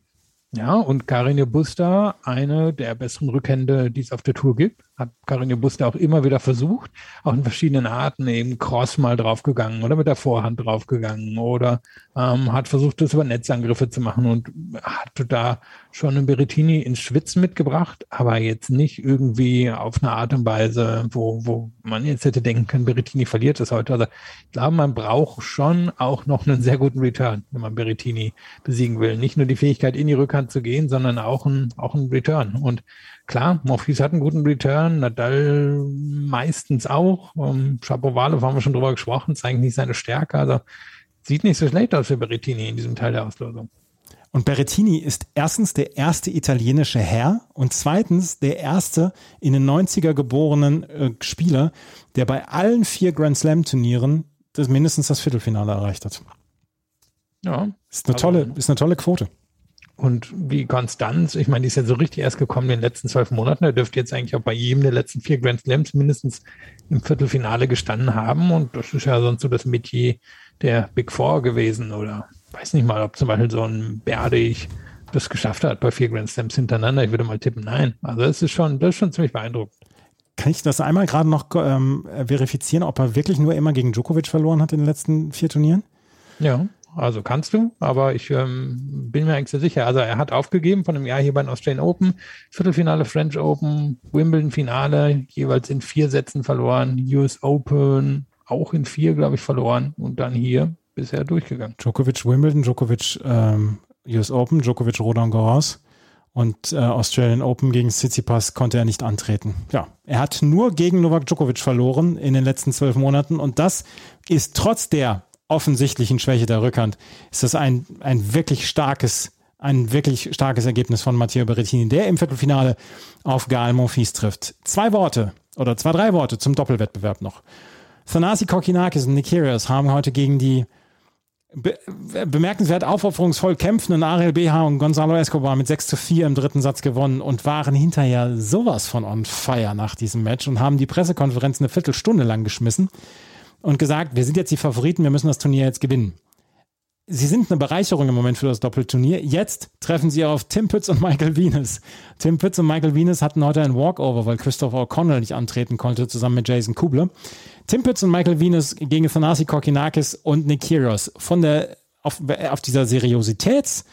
Ja, und Carreño Busta, eine der besseren Rückhände, die es auf der Tour gibt, hat Carreño Busta auch immer wieder versucht, auch in verschiedenen Arten, eben Cross mal draufgegangen oder mit der Vorhand draufgegangen oder hat versucht, das über Netzangriffe zu machen und hat da schon einen Berrettini ins Schwitzen mitgebracht, aber jetzt nicht irgendwie auf eine Art und Weise, wo man jetzt hätte denken können, Berrettini verliert das heute. Also ich glaube, man braucht schon auch noch einen sehr guten Return, wenn man Berrettini besiegen will. Nicht nur die Fähigkeit, in die Rückhand zu gehen, sondern auch ein Return. Und klar, Monfils hat einen guten Return, Nadal meistens auch. Shapovalov haben wir schon drüber gesprochen, ist eigentlich nicht seine Stärke. Also sieht nicht so schlecht aus für Berrettini in diesem Teil der Auslosung. Und Berrettini ist erstens der erste italienische Herr und zweitens der erste in den 90er geborenen Spieler, der bei allen 4 Grand Slam Turnieren mindestens das Viertelfinale erreicht hat. Ja. Ist eine tolle Quote. Und wie Konstanz, ich meine, die ist ja so richtig erst gekommen in den letzten 12 Monaten. Er dürfte jetzt eigentlich auch bei jedem der letzten 4 Grand Slams mindestens im Viertelfinale gestanden haben. Und das ist ja sonst so das Metier der Big Four gewesen. Oder weiß nicht mal, ob zum Beispiel so ein Berdych das geschafft hat bei 4 Grand Slams hintereinander. Ich würde mal tippen, nein. Also das ist schon ziemlich beeindruckend. Kann ich das einmal gerade noch verifizieren, ob er wirklich nur immer gegen Djokovic verloren hat in den letzten 4 Turnieren? Ja. Also kannst du, aber ich bin mir eigentlich sehr sicher. Also er hat aufgegeben von einem Jahr hier bei den Australian Open, Viertelfinale French Open, Wimbledon-Finale, jeweils in 4 Sätzen verloren, US Open auch in 4, glaube ich, verloren und dann hier bisher durchgegangen. Djokovic Wimbledon, Djokovic US Open, Djokovic Roland Garros und Australian Open gegen Tsitsipas konnte er nicht antreten. Ja, er hat nur gegen Novak Djokovic verloren in den letzten 12 Monaten und das ist trotz der offensichtlichen Schwäche der Rückhand, ist das ein wirklich starkes Ergebnis von Matteo Berrettini, der im Viertelfinale auf Gael Monfils trifft. 3 Worte zum Doppelwettbewerb noch. Thanasi Kokkinakis und Nick Kyrgios haben heute gegen die bemerkenswert aufopferungsvoll kämpfenden Ariel BH und Gonzalo Escobar mit 6-4 im 3. Satz gewonnen und waren hinterher sowas von on fire nach diesem Match und haben die Pressekonferenz eine Viertelstunde lang geschmissen und gesagt, wir sind jetzt die Favoriten, wir müssen das Turnier jetzt gewinnen. Sie sind eine Bereicherung im Moment für das Doppelturnier. Jetzt treffen sie auf Tim Pütz und Michael Venus. Tim Pütz und Michael Venus hatten heute ein Walkover, weil Christopher O'Connell nicht antreten konnte, zusammen mit Jason Kubler. Tim Pütz und Michael Venus gegen Thanasi Kokkinakis und Nick Kyrgios. Auf dieser Seriositäts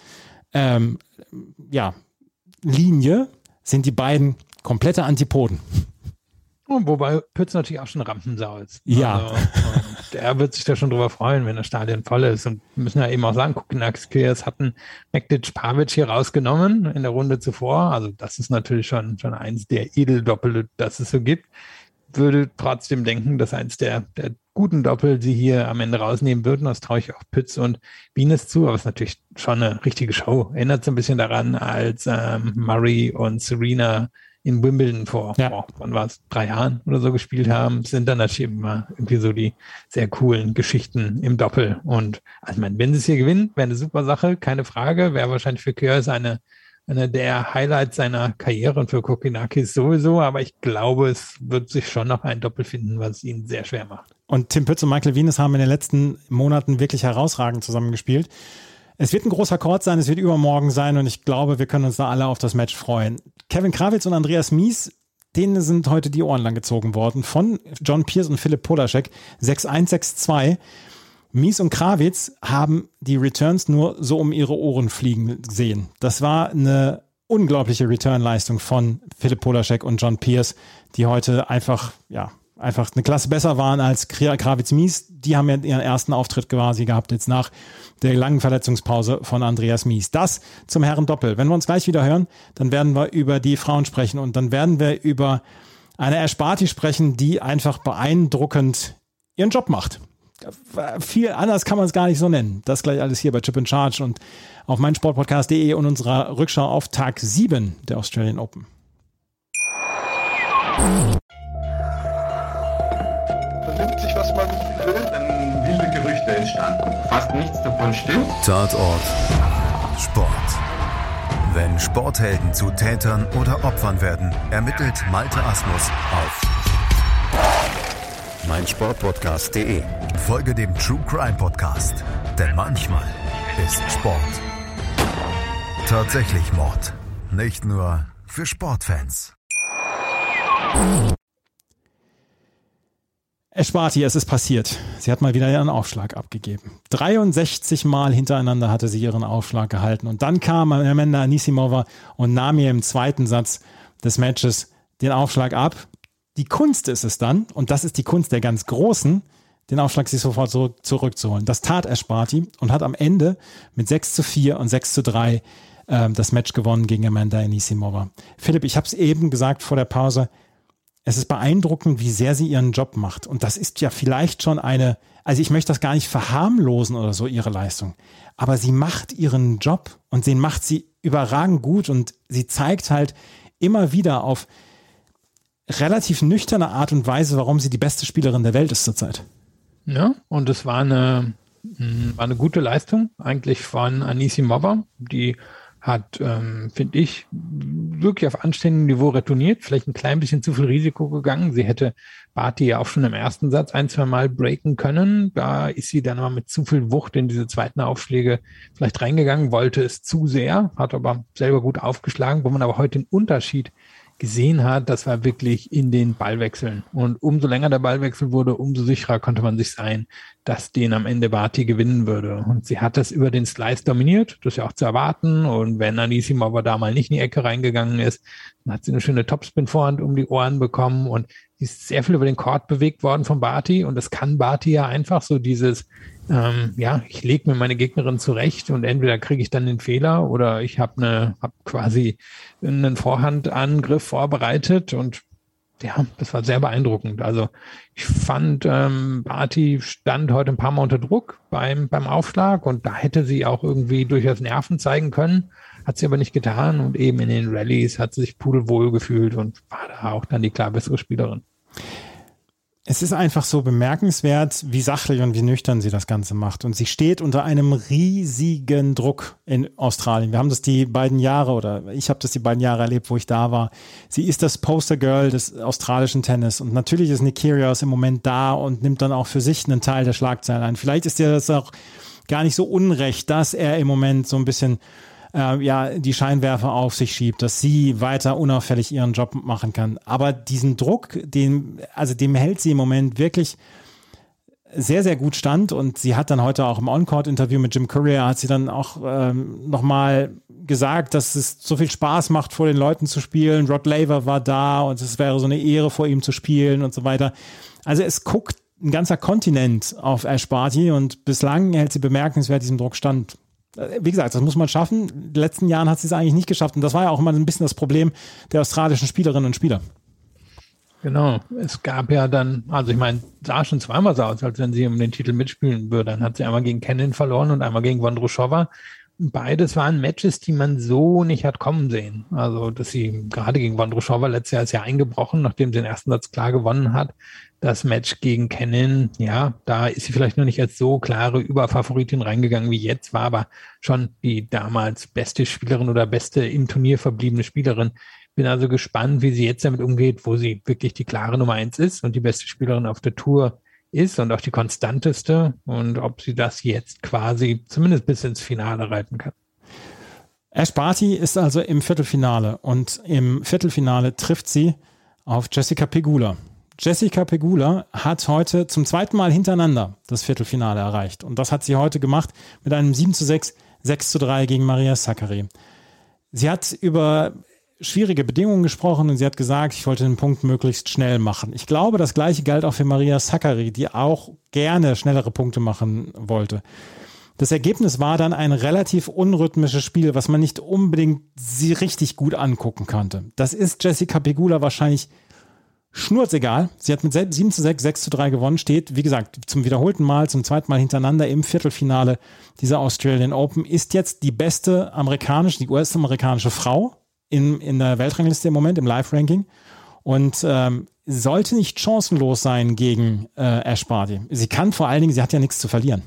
Linie sind die beiden komplette Antipoden. Wobei Pütz natürlich auch schon Rampensau ist. Ja. Also, der wird sich da schon drüber freuen, wenn das Stadion voll ist. Und wir müssen ja eben auch sagen, Kokkinakis hatten Mektic Pavic hier rausgenommen in der Runde zuvor. Also das ist natürlich schon eins der Edeldoppel, das es so gibt. Würde trotzdem denken, dass eins der guten Doppel sie hier am Ende rausnehmen würden. Das traue ich auch Pütz und Venus zu. Aber es ist natürlich schon eine richtige Show. Erinnert so ein bisschen daran, als Murray und Serena in Wimbledon vor, wann war es, 3 Jahren oder so gespielt haben, sind dann natürlich immer irgendwie so die sehr coolen Geschichten im Doppel. Und also ich meine, wenn sie es hier gewinnen, wäre eine super Sache, keine Frage, wäre wahrscheinlich für Kyrgios eine einer der Highlights seiner Karriere und für Kokkinakis sowieso, aber ich glaube, es wird sich schon noch ein Doppel finden, was ihn sehr schwer macht. Und Tim Pütz und Michael Venus haben in den letzten Monaten wirklich herausragend zusammengespielt. Es wird ein großer Court sein, es wird übermorgen sein und ich glaube, wir können uns da alle auf das Match freuen. Kevin Krawitz und Andreas Mies, denen sind heute die Ohren lang gezogen worden von John Peers und Filip Polasek. 6-1, 6-2. Mies und Krawitz haben die Returns nur so um ihre Ohren fliegen sehen. Das war eine unglaubliche Return-Leistung von Filip Polasek und John Peers, die heute einfach eine Klasse besser waren als Krawitz-Mies. Die haben ja ihren ersten Auftritt quasi gehabt, jetzt nach der langen Verletzungspause von Andreas Mies. Das zum Herren-Doppel. Wenn wir uns gleich wieder hören, dann werden wir über die Frauen sprechen und dann werden wir über eine Ash Barty sprechen, die einfach beeindruckend ihren Job macht. Viel anders kann man es gar nicht so nennen. Das gleich alles hier bei Chip and Charge und auf meinsportpodcast.de und unserer Rückschau auf Tag 7 der Australian Open. Vernimmt sich, was man will, dann wilde Gerüchte entstanden. Fast nichts davon stimmt. Tatort Sport. Wenn Sporthelden zu Tätern oder Opfern werden, ermittelt Malte Asmus auf meinsportpodcast.de. Folge dem True Crime Podcast, denn manchmal ist Sport tatsächlich Mord. Nicht nur für Sportfans. Ash Barty, es ist passiert. Sie hat mal wieder ihren Aufschlag abgegeben. 63 Mal hintereinander hatte sie ihren Aufschlag gehalten. Und dann kam Amanda Anisimova und nahm ihr im zweiten Satz des Matches den Aufschlag ab. Die Kunst ist es dann, und das ist die Kunst der ganz Großen, den Aufschlag sich sofort zurückzuholen. Das tat Ash Barty und hat am Ende mit 6-4 und 6-3 das Match gewonnen gegen Amanda Anisimova. Philipp, ich habe es eben gesagt vor der Pause, es ist beeindruckend, wie sehr sie ihren Job macht. Und das ist ja vielleicht schon also ich möchte das gar nicht verharmlosen oder so, ihre Leistung. Aber sie macht ihren Job und den macht sie überragend gut und sie zeigt halt immer wieder auf relativ nüchterne Art und Weise, warum sie die beste Spielerin der Welt ist zurzeit. Ja, und es war eine gute Leistung eigentlich von Anisimova, die hat, finde ich, wirklich auf anständigem Niveau retourniert, vielleicht ein klein bisschen zu viel Risiko gegangen. Sie hätte Barty ja auch schon im ersten Satz 1-2 Mal breaken können. Da ist sie dann aber mit zu viel Wucht in diese zweiten Aufschläge vielleicht reingegangen, wollte es zu sehr, hat aber selber gut aufgeschlagen, wo man aber heute den Unterschied gesehen hat, das war wirklich in den Ballwechseln. Und umso länger der Ballwechsel wurde, umso sicherer konnte man sich sein, dass den am Ende Barty gewinnen würde. Und sie hat das über den Slice dominiert, das ist ja auch zu erwarten. Und wenn Anisimova da mal nicht in die Ecke reingegangen ist, dann hat sie eine schöne Topspin-Vorhand um die Ohren bekommen und sie ist sehr viel über den Court bewegt worden von Barty. Und das kann Barty ja einfach so dieses, ich lege mir meine Gegnerin zurecht und entweder kriege ich dann den Fehler oder ich habe quasi einen Vorhandangriff vorbereitet und ja, das war sehr beeindruckend. Also ich fand, Barty stand heute ein paar Mal unter Druck beim Aufschlag und da hätte sie auch irgendwie durchaus Nerven zeigen können, hat sie aber nicht getan und eben in den Rallyes hat sie sich pudelwohl gefühlt und war da auch dann die klar bessere Spielerin. Es ist einfach so bemerkenswert, wie sachlich und wie nüchtern sie das Ganze macht. Und sie steht unter einem riesigen Druck in Australien. Wir haben das die beiden Jahre, oder ich habe das die beiden Jahre erlebt, wo ich da war. Sie ist das Postergirl des australischen Tennis. Und natürlich ist Nick Kyrgios im Moment da und nimmt dann auch für sich einen Teil der Schlagzeilen ein. Vielleicht ist dir das auch gar nicht so unrecht, dass er im Moment so ein bisschen die Scheinwerfer auf sich schiebt, dass sie weiter unauffällig ihren Job machen kann. Aber diesen Druck, dem hält sie im Moment wirklich sehr, sehr gut stand und sie hat dann heute auch im On-Court-Interview mit Jim Courier hat sie dann auch nochmal gesagt, dass es so viel Spaß macht, vor den Leuten zu spielen. Rod Laver war da und es wäre so eine Ehre, vor ihm zu spielen und so weiter. Also es guckt ein ganzer Kontinent auf Ash Barty und bislang hält sie bemerkenswert diesem Druck stand. Wie gesagt, das muss man schaffen. In den letzten Jahren hat sie es eigentlich nicht geschafft. Und das war ja auch immer ein bisschen das Problem der australischen Spielerinnen und Spieler. Genau. Es gab ja dann, also ich meine, sah schon zweimal so aus, als wenn sie um den Titel mitspielen würde. Dann hat sie einmal gegen Kenin verloren und einmal gegen Vondrousova. beides waren Matches, die man so nicht hat kommen sehen. Also, dass sie gerade gegen Vondrousova letztes Jahr ist ja eingebrochen, nachdem sie den ersten Satz klar gewonnen hat. Das Match gegen Kenin, ja, da ist sie vielleicht noch nicht als so klare Überfavoritin reingegangen wie jetzt, war aber schon die damals beste Spielerin oder beste im Turnier verbliebene Spielerin. Bin also gespannt, wie sie jetzt damit umgeht, wo sie wirklich die klare Nummer 1 ist und die beste Spielerin auf der Tour ist und auch die konstanteste, und ob sie das jetzt quasi zumindest bis ins Finale reiten kann. Ash Barty ist also im Viertelfinale, und im Viertelfinale trifft sie auf Jessica Pegula. Jessica Pegula hat heute zum zweiten Mal hintereinander das Viertelfinale erreicht, und das hat sie heute gemacht mit einem 7:6, 6:3 gegen Maria Sakkari. Sie hat über schwierige Bedingungen gesprochen und sie hat gesagt, ich wollte den Punkt möglichst schnell machen. Ich glaube, das Gleiche galt auch für Maria Sakkari, die auch gerne schnellere Punkte machen wollte. Das Ergebnis war dann ein relativ unrhythmisches Spiel, was man nicht unbedingt sie richtig gut angucken konnte. Das ist Jessica Pegula wahrscheinlich schnurzegal. Sie hat mit 7:6, 6:3 gewonnen, steht, wie gesagt, zum wiederholten Mal, zum zweiten Mal hintereinander im Viertelfinale dieser Australian Open, ist jetzt die beste amerikanische, die US-amerikanische Frau in der Weltrangliste im Moment, im Live-Ranking, und sollte nicht chancenlos sein gegen Ash Barty. Sie kann vor allen Dingen, sie hat ja nichts zu verlieren.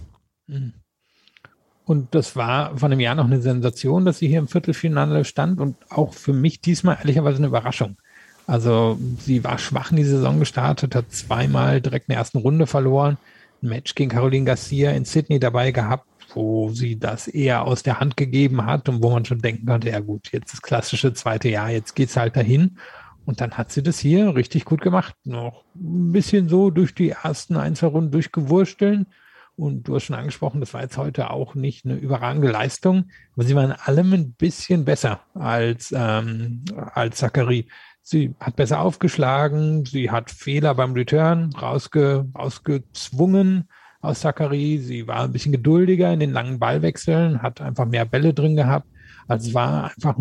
Und das war vor einem Jahr noch eine Sensation, dass sie hier im Viertelfinale stand, und auch für mich diesmal ehrlicherweise eine Überraschung. Also sie war schwach in die Saison gestartet, hat zweimal direkt in der ersten Runde verloren, ein Match gegen Caroline Garcia in Sydney dabei gehabt, wo sie das eher aus der Hand gegeben hat und wo man schon denken konnte, ja gut, jetzt das klassische zweite Jahr, jetzt geht's halt dahin. Und dann hat sie das hier richtig gut gemacht. Noch ein bisschen so durch die ersten 1-2 Runden durchgewursteln. Und du hast schon angesprochen, das war jetzt heute auch nicht eine überragende Leistung, aber sie war in allem ein bisschen besser als Sakkari. Sie hat besser aufgeschlagen, sie hat Fehler beim Return rausgezwungen aus Sakkari. Sie war ein bisschen geduldiger in den langen Ballwechseln, hat einfach mehr Bälle drin gehabt. Also es war einfach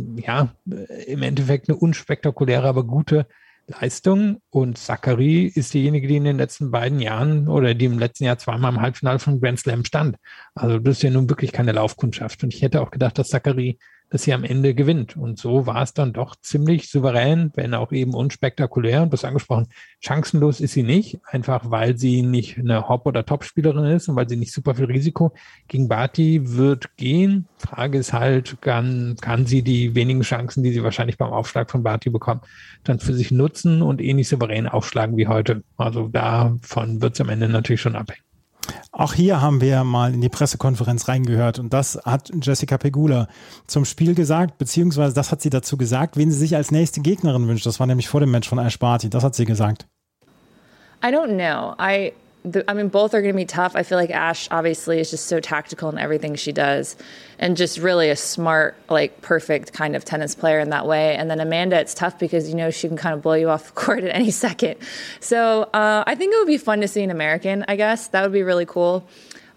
im Endeffekt eine unspektakuläre, aber gute Leistung. Und Sakkari ist diejenige, die in den letzten beiden Jahren oder die im letzten Jahr zweimal im Halbfinale von Grand Slam stand. Also das ist ja nun wirklich keine Laufkundschaft. Und ich hätte auch gedacht, dass Sakkari das hier am Ende gewinnt. Und so war es dann doch ziemlich souverän, wenn auch eben unspektakulär. Und das angesprochen, chancenlos ist sie nicht, einfach weil sie nicht eine Hop- oder Top-Spielerin ist und weil sie nicht super viel Risiko gegen Barty wird gehen. Frage ist halt, kann sie die wenigen Chancen, die sie wahrscheinlich beim Aufschlag von Barty bekommt, dann für sich nutzen und ähnlich souverän aufschlagen wie heute. Also davon wird es am Ende natürlich schon abhängen. Auch hier haben wir mal in die Pressekonferenz reingehört, und das hat Jessica Pegula zum Spiel gesagt, beziehungsweise das hat sie dazu gesagt, wen sie sich als nächste Gegnerin wünscht. Das war nämlich vor dem Match von Ash Barty. Das hat sie gesagt. I don't know. I mean, both are going to be tough. I feel like Ash obviously is just so tactical in everything she does and just really a smart, like perfect kind of tennis player in that way. And then Amanda, it's tough because, you know, she can kind of blow you off the court at any second. So I think it would be fun to see an American, I guess. That would be really cool.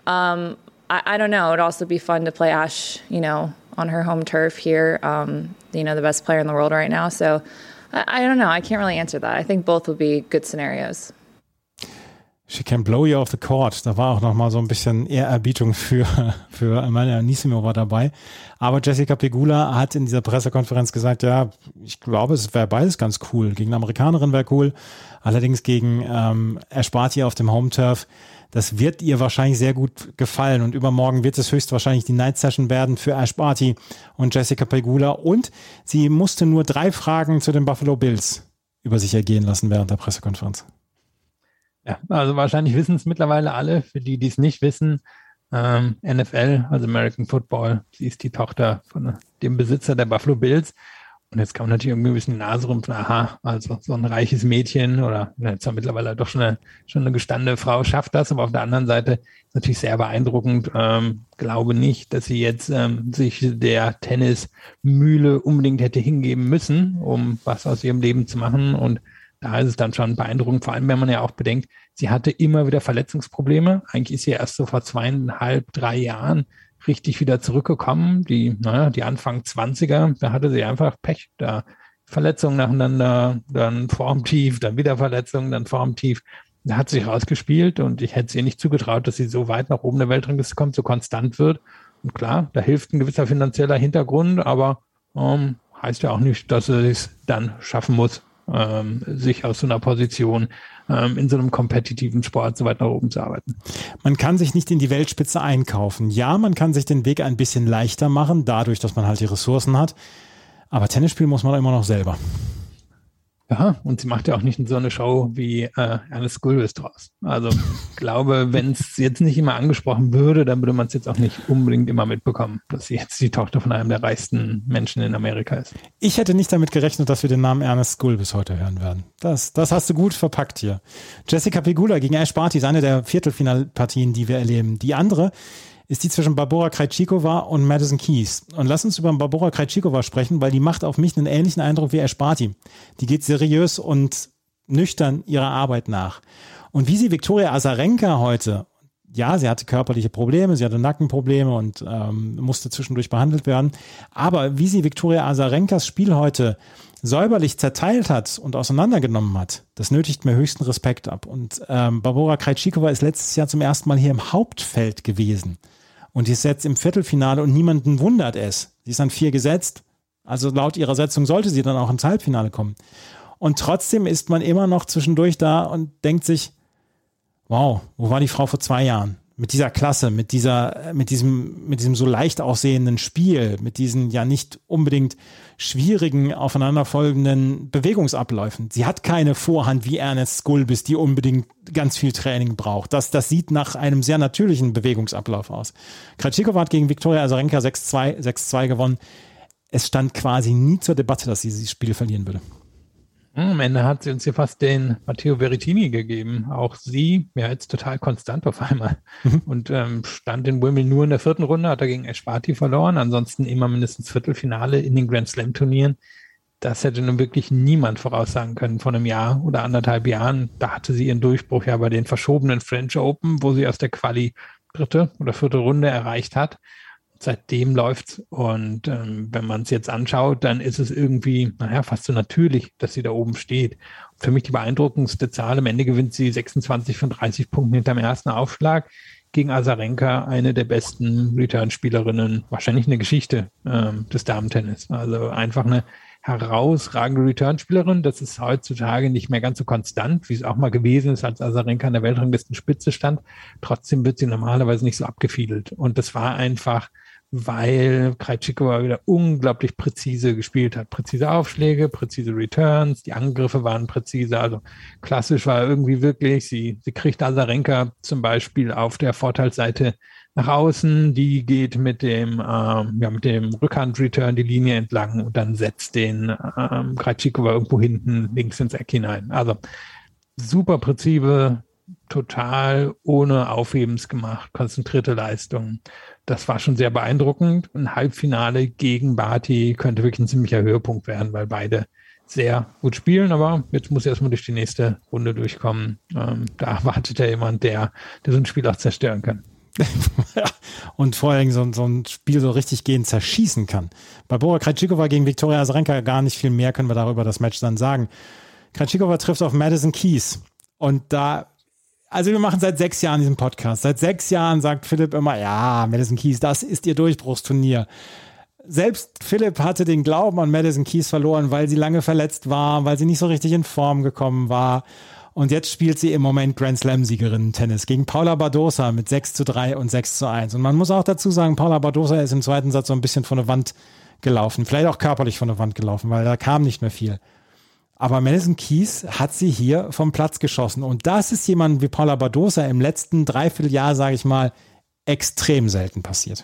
I don't know. It would also be fun to play Ash, you know, on her home turf here, you know, the best player in the world right now. So I don't know. I can't really answer that. I think both would be good scenarios. She can blow you off the court. Da war auch nochmal so ein bisschen Ehrerbietung für Amanda Anisimova dabei. Aber Jessica Pegula hat in dieser Pressekonferenz gesagt, ja, ich glaube, es wäre beides ganz cool. Gegen eine Amerikanerin wäre cool. Allerdings gegen Ash Barty auf dem Home Turf, das wird ihr wahrscheinlich sehr gut gefallen. Und übermorgen wird es höchstwahrscheinlich die Night Session werden für Ash Barty und Jessica Pegula. Und sie musste nur 3 Fragen zu den Buffalo Bills über sich ergehen lassen während der Pressekonferenz. Ja, also wahrscheinlich wissen es mittlerweile alle. Für die, die es nicht wissen, NFL, also American Football, sie ist die Tochter von dem Besitzer der Buffalo Bills. Und jetzt kann man natürlich irgendwie ein bisschen die Nase rümpfen, aha, also so ein reiches Mädchen oder jetzt ja mittlerweile doch schon eine gestandene Frau schafft das, aber auf der anderen Seite ist natürlich sehr beeindruckend. Glaube nicht, dass sie jetzt sich der Tennismühle unbedingt hätte hingeben müssen, um was aus ihrem Leben zu machen, und da ist es dann schon beeindruckend, vor allem wenn man ja auch bedenkt, sie hatte immer wieder Verletzungsprobleme. Eigentlich ist sie erst so vor 2,5, 3 Jahren richtig wieder zurückgekommen. Die Anfang 20er, da hatte sie einfach Pech. Da Verletzungen nacheinander, dann vorm Tief, dann wieder Verletzungen, dann vorm Tief. Da hat sie sich rausgespielt und ich hätte es ihr nicht zugetraut, dass sie so weit nach oben der Weltrangliste kommt, so konstant wird. Und klar, da hilft ein gewisser finanzieller Hintergrund, aber heißt ja auch nicht, dass er es dann schaffen muss, sich aus so einer Position in so einem kompetitiven Sport so weit nach oben zu arbeiten. Man kann sich nicht in die Weltspitze einkaufen. Ja, man kann sich den Weg ein bisschen leichter machen, dadurch, dass man halt die Ressourcen hat. Aber Tennis spielen muss man immer noch selber. Ja, und sie macht ja auch nicht so eine Show wie Ernest Gulbis draus. Also ich glaube, wenn es jetzt nicht immer angesprochen würde, dann würde man es jetzt auch nicht unbedingt immer mitbekommen, dass sie jetzt die Tochter von einem der reichsten Menschen in Amerika ist. Ich hätte nicht damit gerechnet, dass wir den Namen Ernest Gulbis heute hören werden. Das hast du gut verpackt hier. Jessica Pegula gegen Ash Barty ist eine der Viertelfinalpartien, die wir erleben. Die andere ist die zwischen Barbora Krejcikova und Madison Keys. Und lass uns über Barbora Krejcikova sprechen, weil die macht auf mich einen ähnlichen Eindruck wie Ash Barty. Die geht seriös und nüchtern ihrer Arbeit nach. Und wie sie Viktoria Azarenka heute, ja, sie hatte körperliche Probleme, sie hatte Nackenprobleme und musste zwischendurch behandelt werden, aber wie sie Viktoria Azarenkas Spiel heute säuberlich zerteilt hat und auseinandergenommen hat, das nötigt mir höchsten Respekt ab. Und Barbora Krejcikova ist letztes Jahr zum ersten Mal hier im Hauptfeld gewesen. Und die ist jetzt im Viertelfinale und niemanden wundert es. Sie ist an 4 gesetzt. Also laut ihrer Setzung sollte sie dann auch ins Halbfinale kommen. Und trotzdem ist man immer noch zwischendurch da und denkt sich, wow, wo war die Frau vor 2 Jahren? Mit dieser Klasse, mit diesem so leicht aussehenden Spiel, mit diesen ja nicht unbedingt schwierigen, aufeinanderfolgenden Bewegungsabläufen. Sie hat keine Vorhand wie Ernest Gulbis, die unbedingt ganz viel Training braucht. Das sieht nach einem sehr natürlichen Bewegungsablauf aus. Krejcikova hat gegen Viktoria Azarenka 6-2, 6-2 gewonnen. Es stand quasi nie zur Debatte, dass sie dieses Spiel verlieren würde. Am Ende hat sie uns hier fast den Matteo Berrettini gegeben. Auch sie, ja, jetzt total konstant auf einmal. Und stand in Wimbledon nur in der 4. Runde, hat er gegen Ash Barty verloren. Ansonsten immer mindestens Viertelfinale in den Grand Slam Turnieren. Das hätte nun wirklich niemand voraussagen können vor einem Jahr oder 1,5 Jahren. Da hatte sie ihren Durchbruch ja bei den verschobenen French Open, wo sie aus der Quali 3. oder 4. Runde erreicht hat. Seitdem läuft's und wenn man es jetzt anschaut, dann ist es irgendwie, fast so natürlich, dass sie da oben steht. Für mich die beeindruckendste Zahl, am Ende gewinnt sie 26 von 30 Punkten hinterm ersten Aufschlag gegen Azarenka, eine der besten Return-Spielerinnen, wahrscheinlich eine Geschichte des Damentennis. Also einfach eine herausragende Return-Spielerin. Das ist heutzutage nicht mehr ganz so konstant, wie es auch mal gewesen ist, als Azarenka an der Weltranglistenspitze stand. Trotzdem wird sie normalerweise nicht so abgefiedelt. Und das war einfach, weil Krejcikova wieder unglaublich präzise gespielt hat. Präzise Aufschläge, präzise Returns, die Angriffe waren präzise. Also klassisch war irgendwie wirklich, sie kriegt Azarenka zum Beispiel auf der Vorteilsseite nach außen, die geht mit dem Rückhand-Return die Linie entlang und dann setzt den Krejcikova irgendwo hinten links ins Eck hinein. Also super präzise, total ohne Aufhebens gemacht, konzentrierte Leistung. Das war schon sehr beeindruckend. Ein Halbfinale gegen Barty könnte wirklich ein ziemlicher Höhepunkt werden, weil beide sehr gut spielen, aber jetzt muss erstmal durch die nächste Runde durchkommen. Da wartet ja jemand, der so ein Spiel auch zerstören kann. Ja, und vor allem so ein Spiel so richtig gehen zerschießen kann. Bei Barbora Krejcikova gegen Viktoria Azarenka gar nicht viel mehr können wir darüber das Match dann sagen. Krejcikova trifft auf Madison Keys und also wir machen seit 6 Jahren diesen Podcast. Seit 6 Jahren sagt Philipp immer, ja, Madison Keys, das ist ihr Durchbruchsturnier. Selbst Philipp hatte den Glauben an Madison Keys verloren, weil sie lange verletzt war, weil sie nicht so richtig in Form gekommen war. Und jetzt spielt sie im Moment Grand Slam-Siegerin Tennis gegen Paula Badosa mit 6-3 und 6-1. Und man muss auch dazu sagen, Paula Badosa ist im zweiten Satz so ein bisschen von der Wand gelaufen. Vielleicht auch körperlich von der Wand gelaufen, weil da kam nicht mehr viel. Aber Madison Keys hat sie hier vom Platz geschossen. Und das ist jemand wie Paula Badosa im letzten Dreivierteljahr, sage ich mal, extrem selten passiert.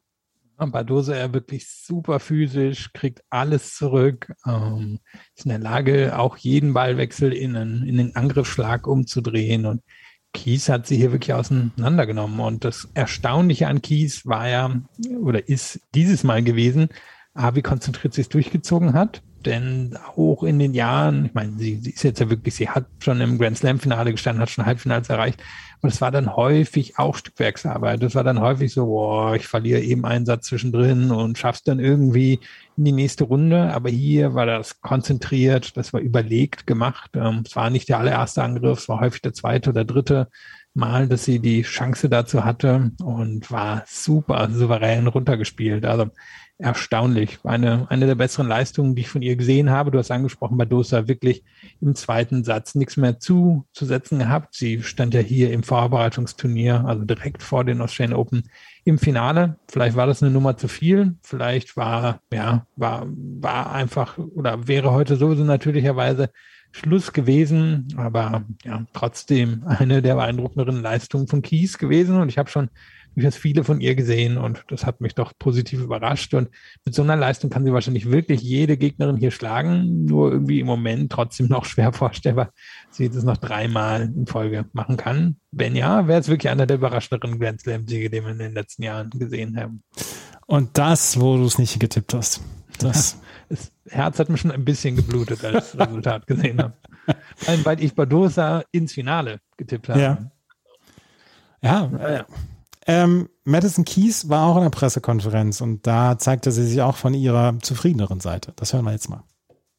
Badosa ja wirklich super physisch, kriegt alles zurück, ist in der Lage, auch jeden Ballwechsel in einen Angriffsschlag umzudrehen. Und Keys hat sie hier wirklich auseinandergenommen. Und das Erstaunliche an Keys war ja, oder ist dieses Mal gewesen, wie konzentriert sie es durchgezogen hat. Denn auch in den Jahren, ich meine, sie ist jetzt ja wirklich, sie hat schon im Grand Slam Finale gestanden, hat schon Halbfinals erreicht. Und es war dann häufig auch Stückwerksarbeit. Es war dann häufig so, ich verliere eben einen Satz zwischendrin und schaff's dann irgendwie in die nächste Runde. Aber hier war das konzentriert, das war überlegt gemacht. Es war nicht der allererste Angriff, es war häufig der zweite oder dritte. Mal, dass sie die Chance dazu hatte und war super souverän runtergespielt. Also erstaunlich. Eine der besseren Leistungen, die ich von ihr gesehen habe. Du hast angesprochen, Badosa wirklich im zweiten Satz nichts mehr zuzusetzen gehabt. Sie stand ja hier im Vorbereitungsturnier, also direkt vor den Australian Open im Finale. Vielleicht war das eine Nummer zu viel. Vielleicht war einfach oder wäre heute sowieso natürlicherweise Schluss gewesen, aber ja, trotzdem eine der beeindruckenderen Leistungen von Keys gewesen und ich habe schon durchaus viele von ihr gesehen und das hat mich doch positiv überrascht und mit so einer Leistung kann sie wahrscheinlich wirklich jede Gegnerin hier schlagen, nur irgendwie im Moment trotzdem noch schwer vorstellbar, dass sie das noch 3-mal in Folge machen kann. Wenn ja, wäre es wirklich einer der überraschenderen Grand Slam-Siege, den wir in den letzten Jahren gesehen haben. Und das, wo du es nicht getippt hast. Das Herz hat mir schon ein bisschen geblutet, als ich das Resultat gesehen habe. Vor allem, weil ich Badosa ins Finale getippt habe. Ja. Madison Keys war auch in der Pressekonferenz und da zeigte sie sich auch von ihrer zufriedeneren Seite. Das hören wir jetzt mal.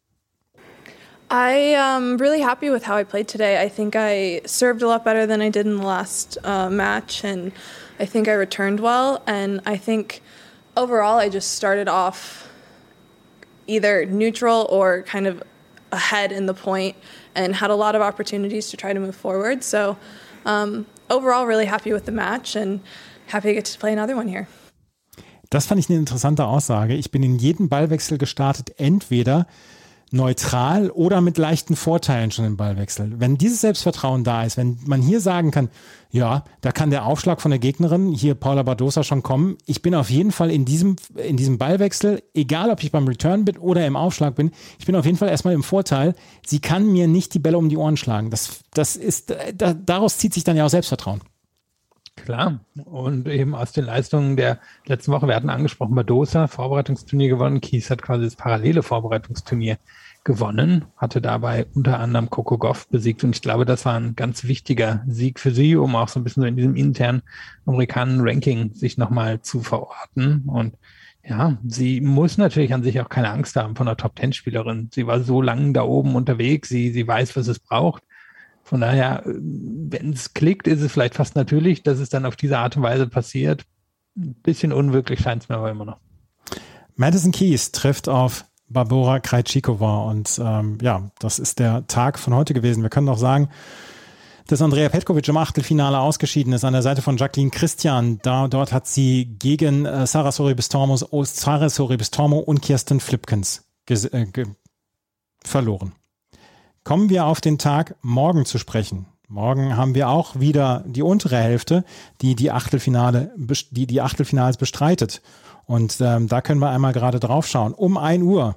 I am really happy with how I played today. I think I served a lot better than I did in the last match, and I think I returned well. And I think overall I just started off either neutral or kind of ahead in the point and had a lot of opportunities to try to move forward. So overall really happy with the match and happy to get to play another one here. Das fand ich eine interessante Aussage. Ich bin in jeden Ballwechsel gestartet, entweder neutral oder mit leichten Vorteilen schon im Ballwechsel. Wenn dieses Selbstvertrauen da ist, wenn man hier sagen kann, ja, da kann der Aufschlag von der Gegnerin, hier Paula Badosa, schon kommen. Ich bin auf jeden Fall in diesem Ballwechsel, egal ob ich beim Return bin oder im Aufschlag bin, ich bin auf jeden Fall erstmal im Vorteil. Sie kann mir nicht die Bälle um die Ohren schlagen. Daraus zieht sich dann ja auch Selbstvertrauen. Klar. Und eben aus den Leistungen der letzten Woche, wir hatten angesprochen, Badosa, Vorbereitungsturnier gewonnen. Keys hat quasi das parallele Vorbereitungsturnier gewonnen, hatte dabei unter anderem Coco Gauff besiegt. Und ich glaube, das war ein ganz wichtiger Sieg für sie, um auch so ein bisschen so in diesem internen amerikanischen Ranking sich nochmal zu verorten. Und ja, sie muss natürlich an sich auch keine Angst haben von einer Top-10-Spielerin. Sie war so lange da oben unterwegs, sie weiß, was es braucht. Von daher, wenn es klickt, ist es vielleicht fast natürlich, dass es dann auf diese Art und Weise passiert. Ein bisschen unwirklich scheint es mir aber immer noch. Madison Keys trifft auf Barbora Krejcikova und das ist der Tag von heute gewesen. Wir können auch sagen, dass Andrea Petkovic im Achtelfinale ausgeschieden ist an der Seite von Jacqueline Christian. Dort hat sie gegen Sarah Sorribes-Tormo und Kirsten Flipkens verloren. Kommen wir auf den Tag morgen zu sprechen. Morgen haben wir auch wieder die untere Hälfte, die Achtelfinals bestreitet. Und da können wir einmal gerade drauf schauen. Um 1 Uhr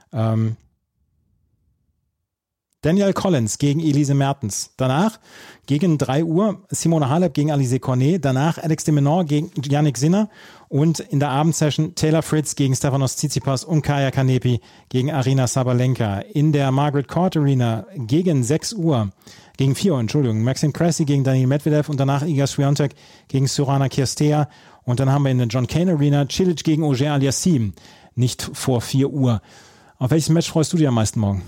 Danielle Collins gegen Elise Mertens. Danach gegen 3 Uhr Simona Halep gegen Alizé Cornet. Danach Alex de Minaur gegen Jannik Sinner. Und in der Abendsession Taylor Fritz gegen Stefanos Tsitsipas und Kaia Kanepi gegen Aryna Sabalenka. In der Margaret Court Arena gegen 4 Uhr, Maxime Cressy gegen Daniil Medvedev und danach Iga Swiatek gegen Sorana Cirstea. Und dann haben wir in der John Cain Arena Cilic gegen Auger Aliassime. Nicht vor 4 Uhr. Auf welches Match freust du dich am meisten morgen?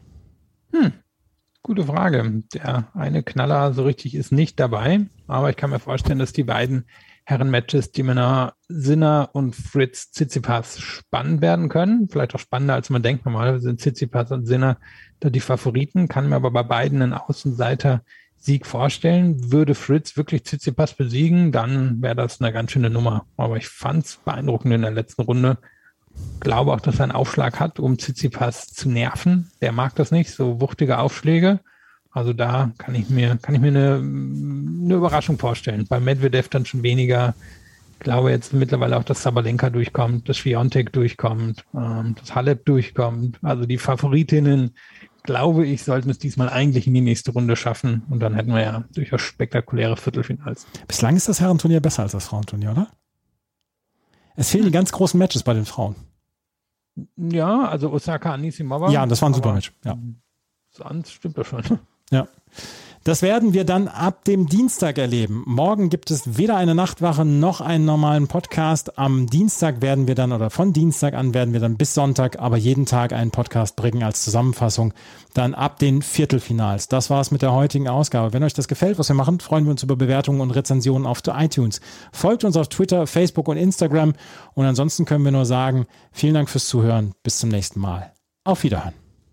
Gute Frage. Der eine Knaller so richtig ist nicht dabei, aber ich kann mir vorstellen, dass die beiden Herren-Matches, die Männer Sinner und Fritz Tsitsipas spannend werden können. Vielleicht auch spannender, als man denkt. Normalerweise sind Tsitsipas und Sinner da die Favoriten, kann mir aber bei beiden einen Außenseiter-Sieg vorstellen. Würde Fritz wirklich Tsitsipas besiegen, dann wäre das eine ganz schöne Nummer. Aber ich fand es beeindruckend in der letzten Runde. Glaube auch, dass er einen Aufschlag hat, um Tsitsipas zu nerven. Der mag das nicht, so wuchtige Aufschläge. Also da kann ich mir eine Überraschung vorstellen. Bei Medvedev dann schon weniger. Ich glaube jetzt mittlerweile auch, dass Sabalenka durchkommt, dass Swiatek durchkommt, dass Halep durchkommt. Also die Favoritinnen, glaube ich, sollten es diesmal eigentlich in die nächste Runde schaffen. Und dann hätten wir ja durchaus spektakuläre Viertelfinals. Bislang ist das Herrenturnier besser als das Frauenturnier, oder? Es fehlen die ganz großen Matches bei den Frauen. Ja, also Osaka Anisimova. Ja, das war ein super Match. Ja. Sonst stimmt das schon. Ja. Das werden wir dann ab dem Dienstag erleben. Morgen gibt es weder eine Nachtwache noch einen normalen Podcast. Am Dienstag werden wir dann, oder von Dienstag an werden wir dann bis Sonntag, aber jeden Tag einen Podcast bringen als Zusammenfassung. Dann ab den Viertelfinals. Das war's mit der heutigen Ausgabe. Wenn euch das gefällt, was wir machen, freuen wir uns über Bewertungen und Rezensionen auf iTunes. Folgt uns auf Twitter, Facebook und Instagram. Und ansonsten können wir nur sagen, vielen Dank fürs Zuhören. Bis zum nächsten Mal. Auf Wiederhören.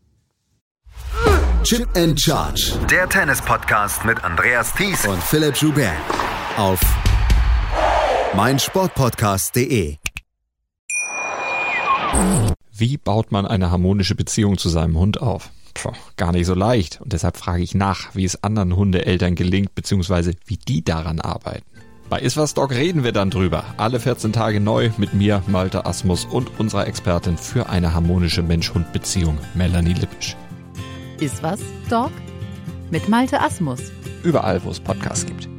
Chip and Charge. Der Tennis-Podcast mit Andreas Thies Und Philipp Joubert. Auf meinsportpodcast.de. Wie baut man eine harmonische Beziehung zu seinem Hund auf? Gar nicht so leicht. Und deshalb frage ich nach, wie es anderen Hundeeltern gelingt, beziehungsweise wie die daran arbeiten. Bei Iswas Dog reden wir dann drüber. Alle 14 Tage neu mit mir, Malte Asmus und unserer Expertin für eine harmonische Mensch-Hund-Beziehung, Melanie Lippisch. Iswas Dog? Mit Malte Asmus. Überall, wo es Podcasts gibt.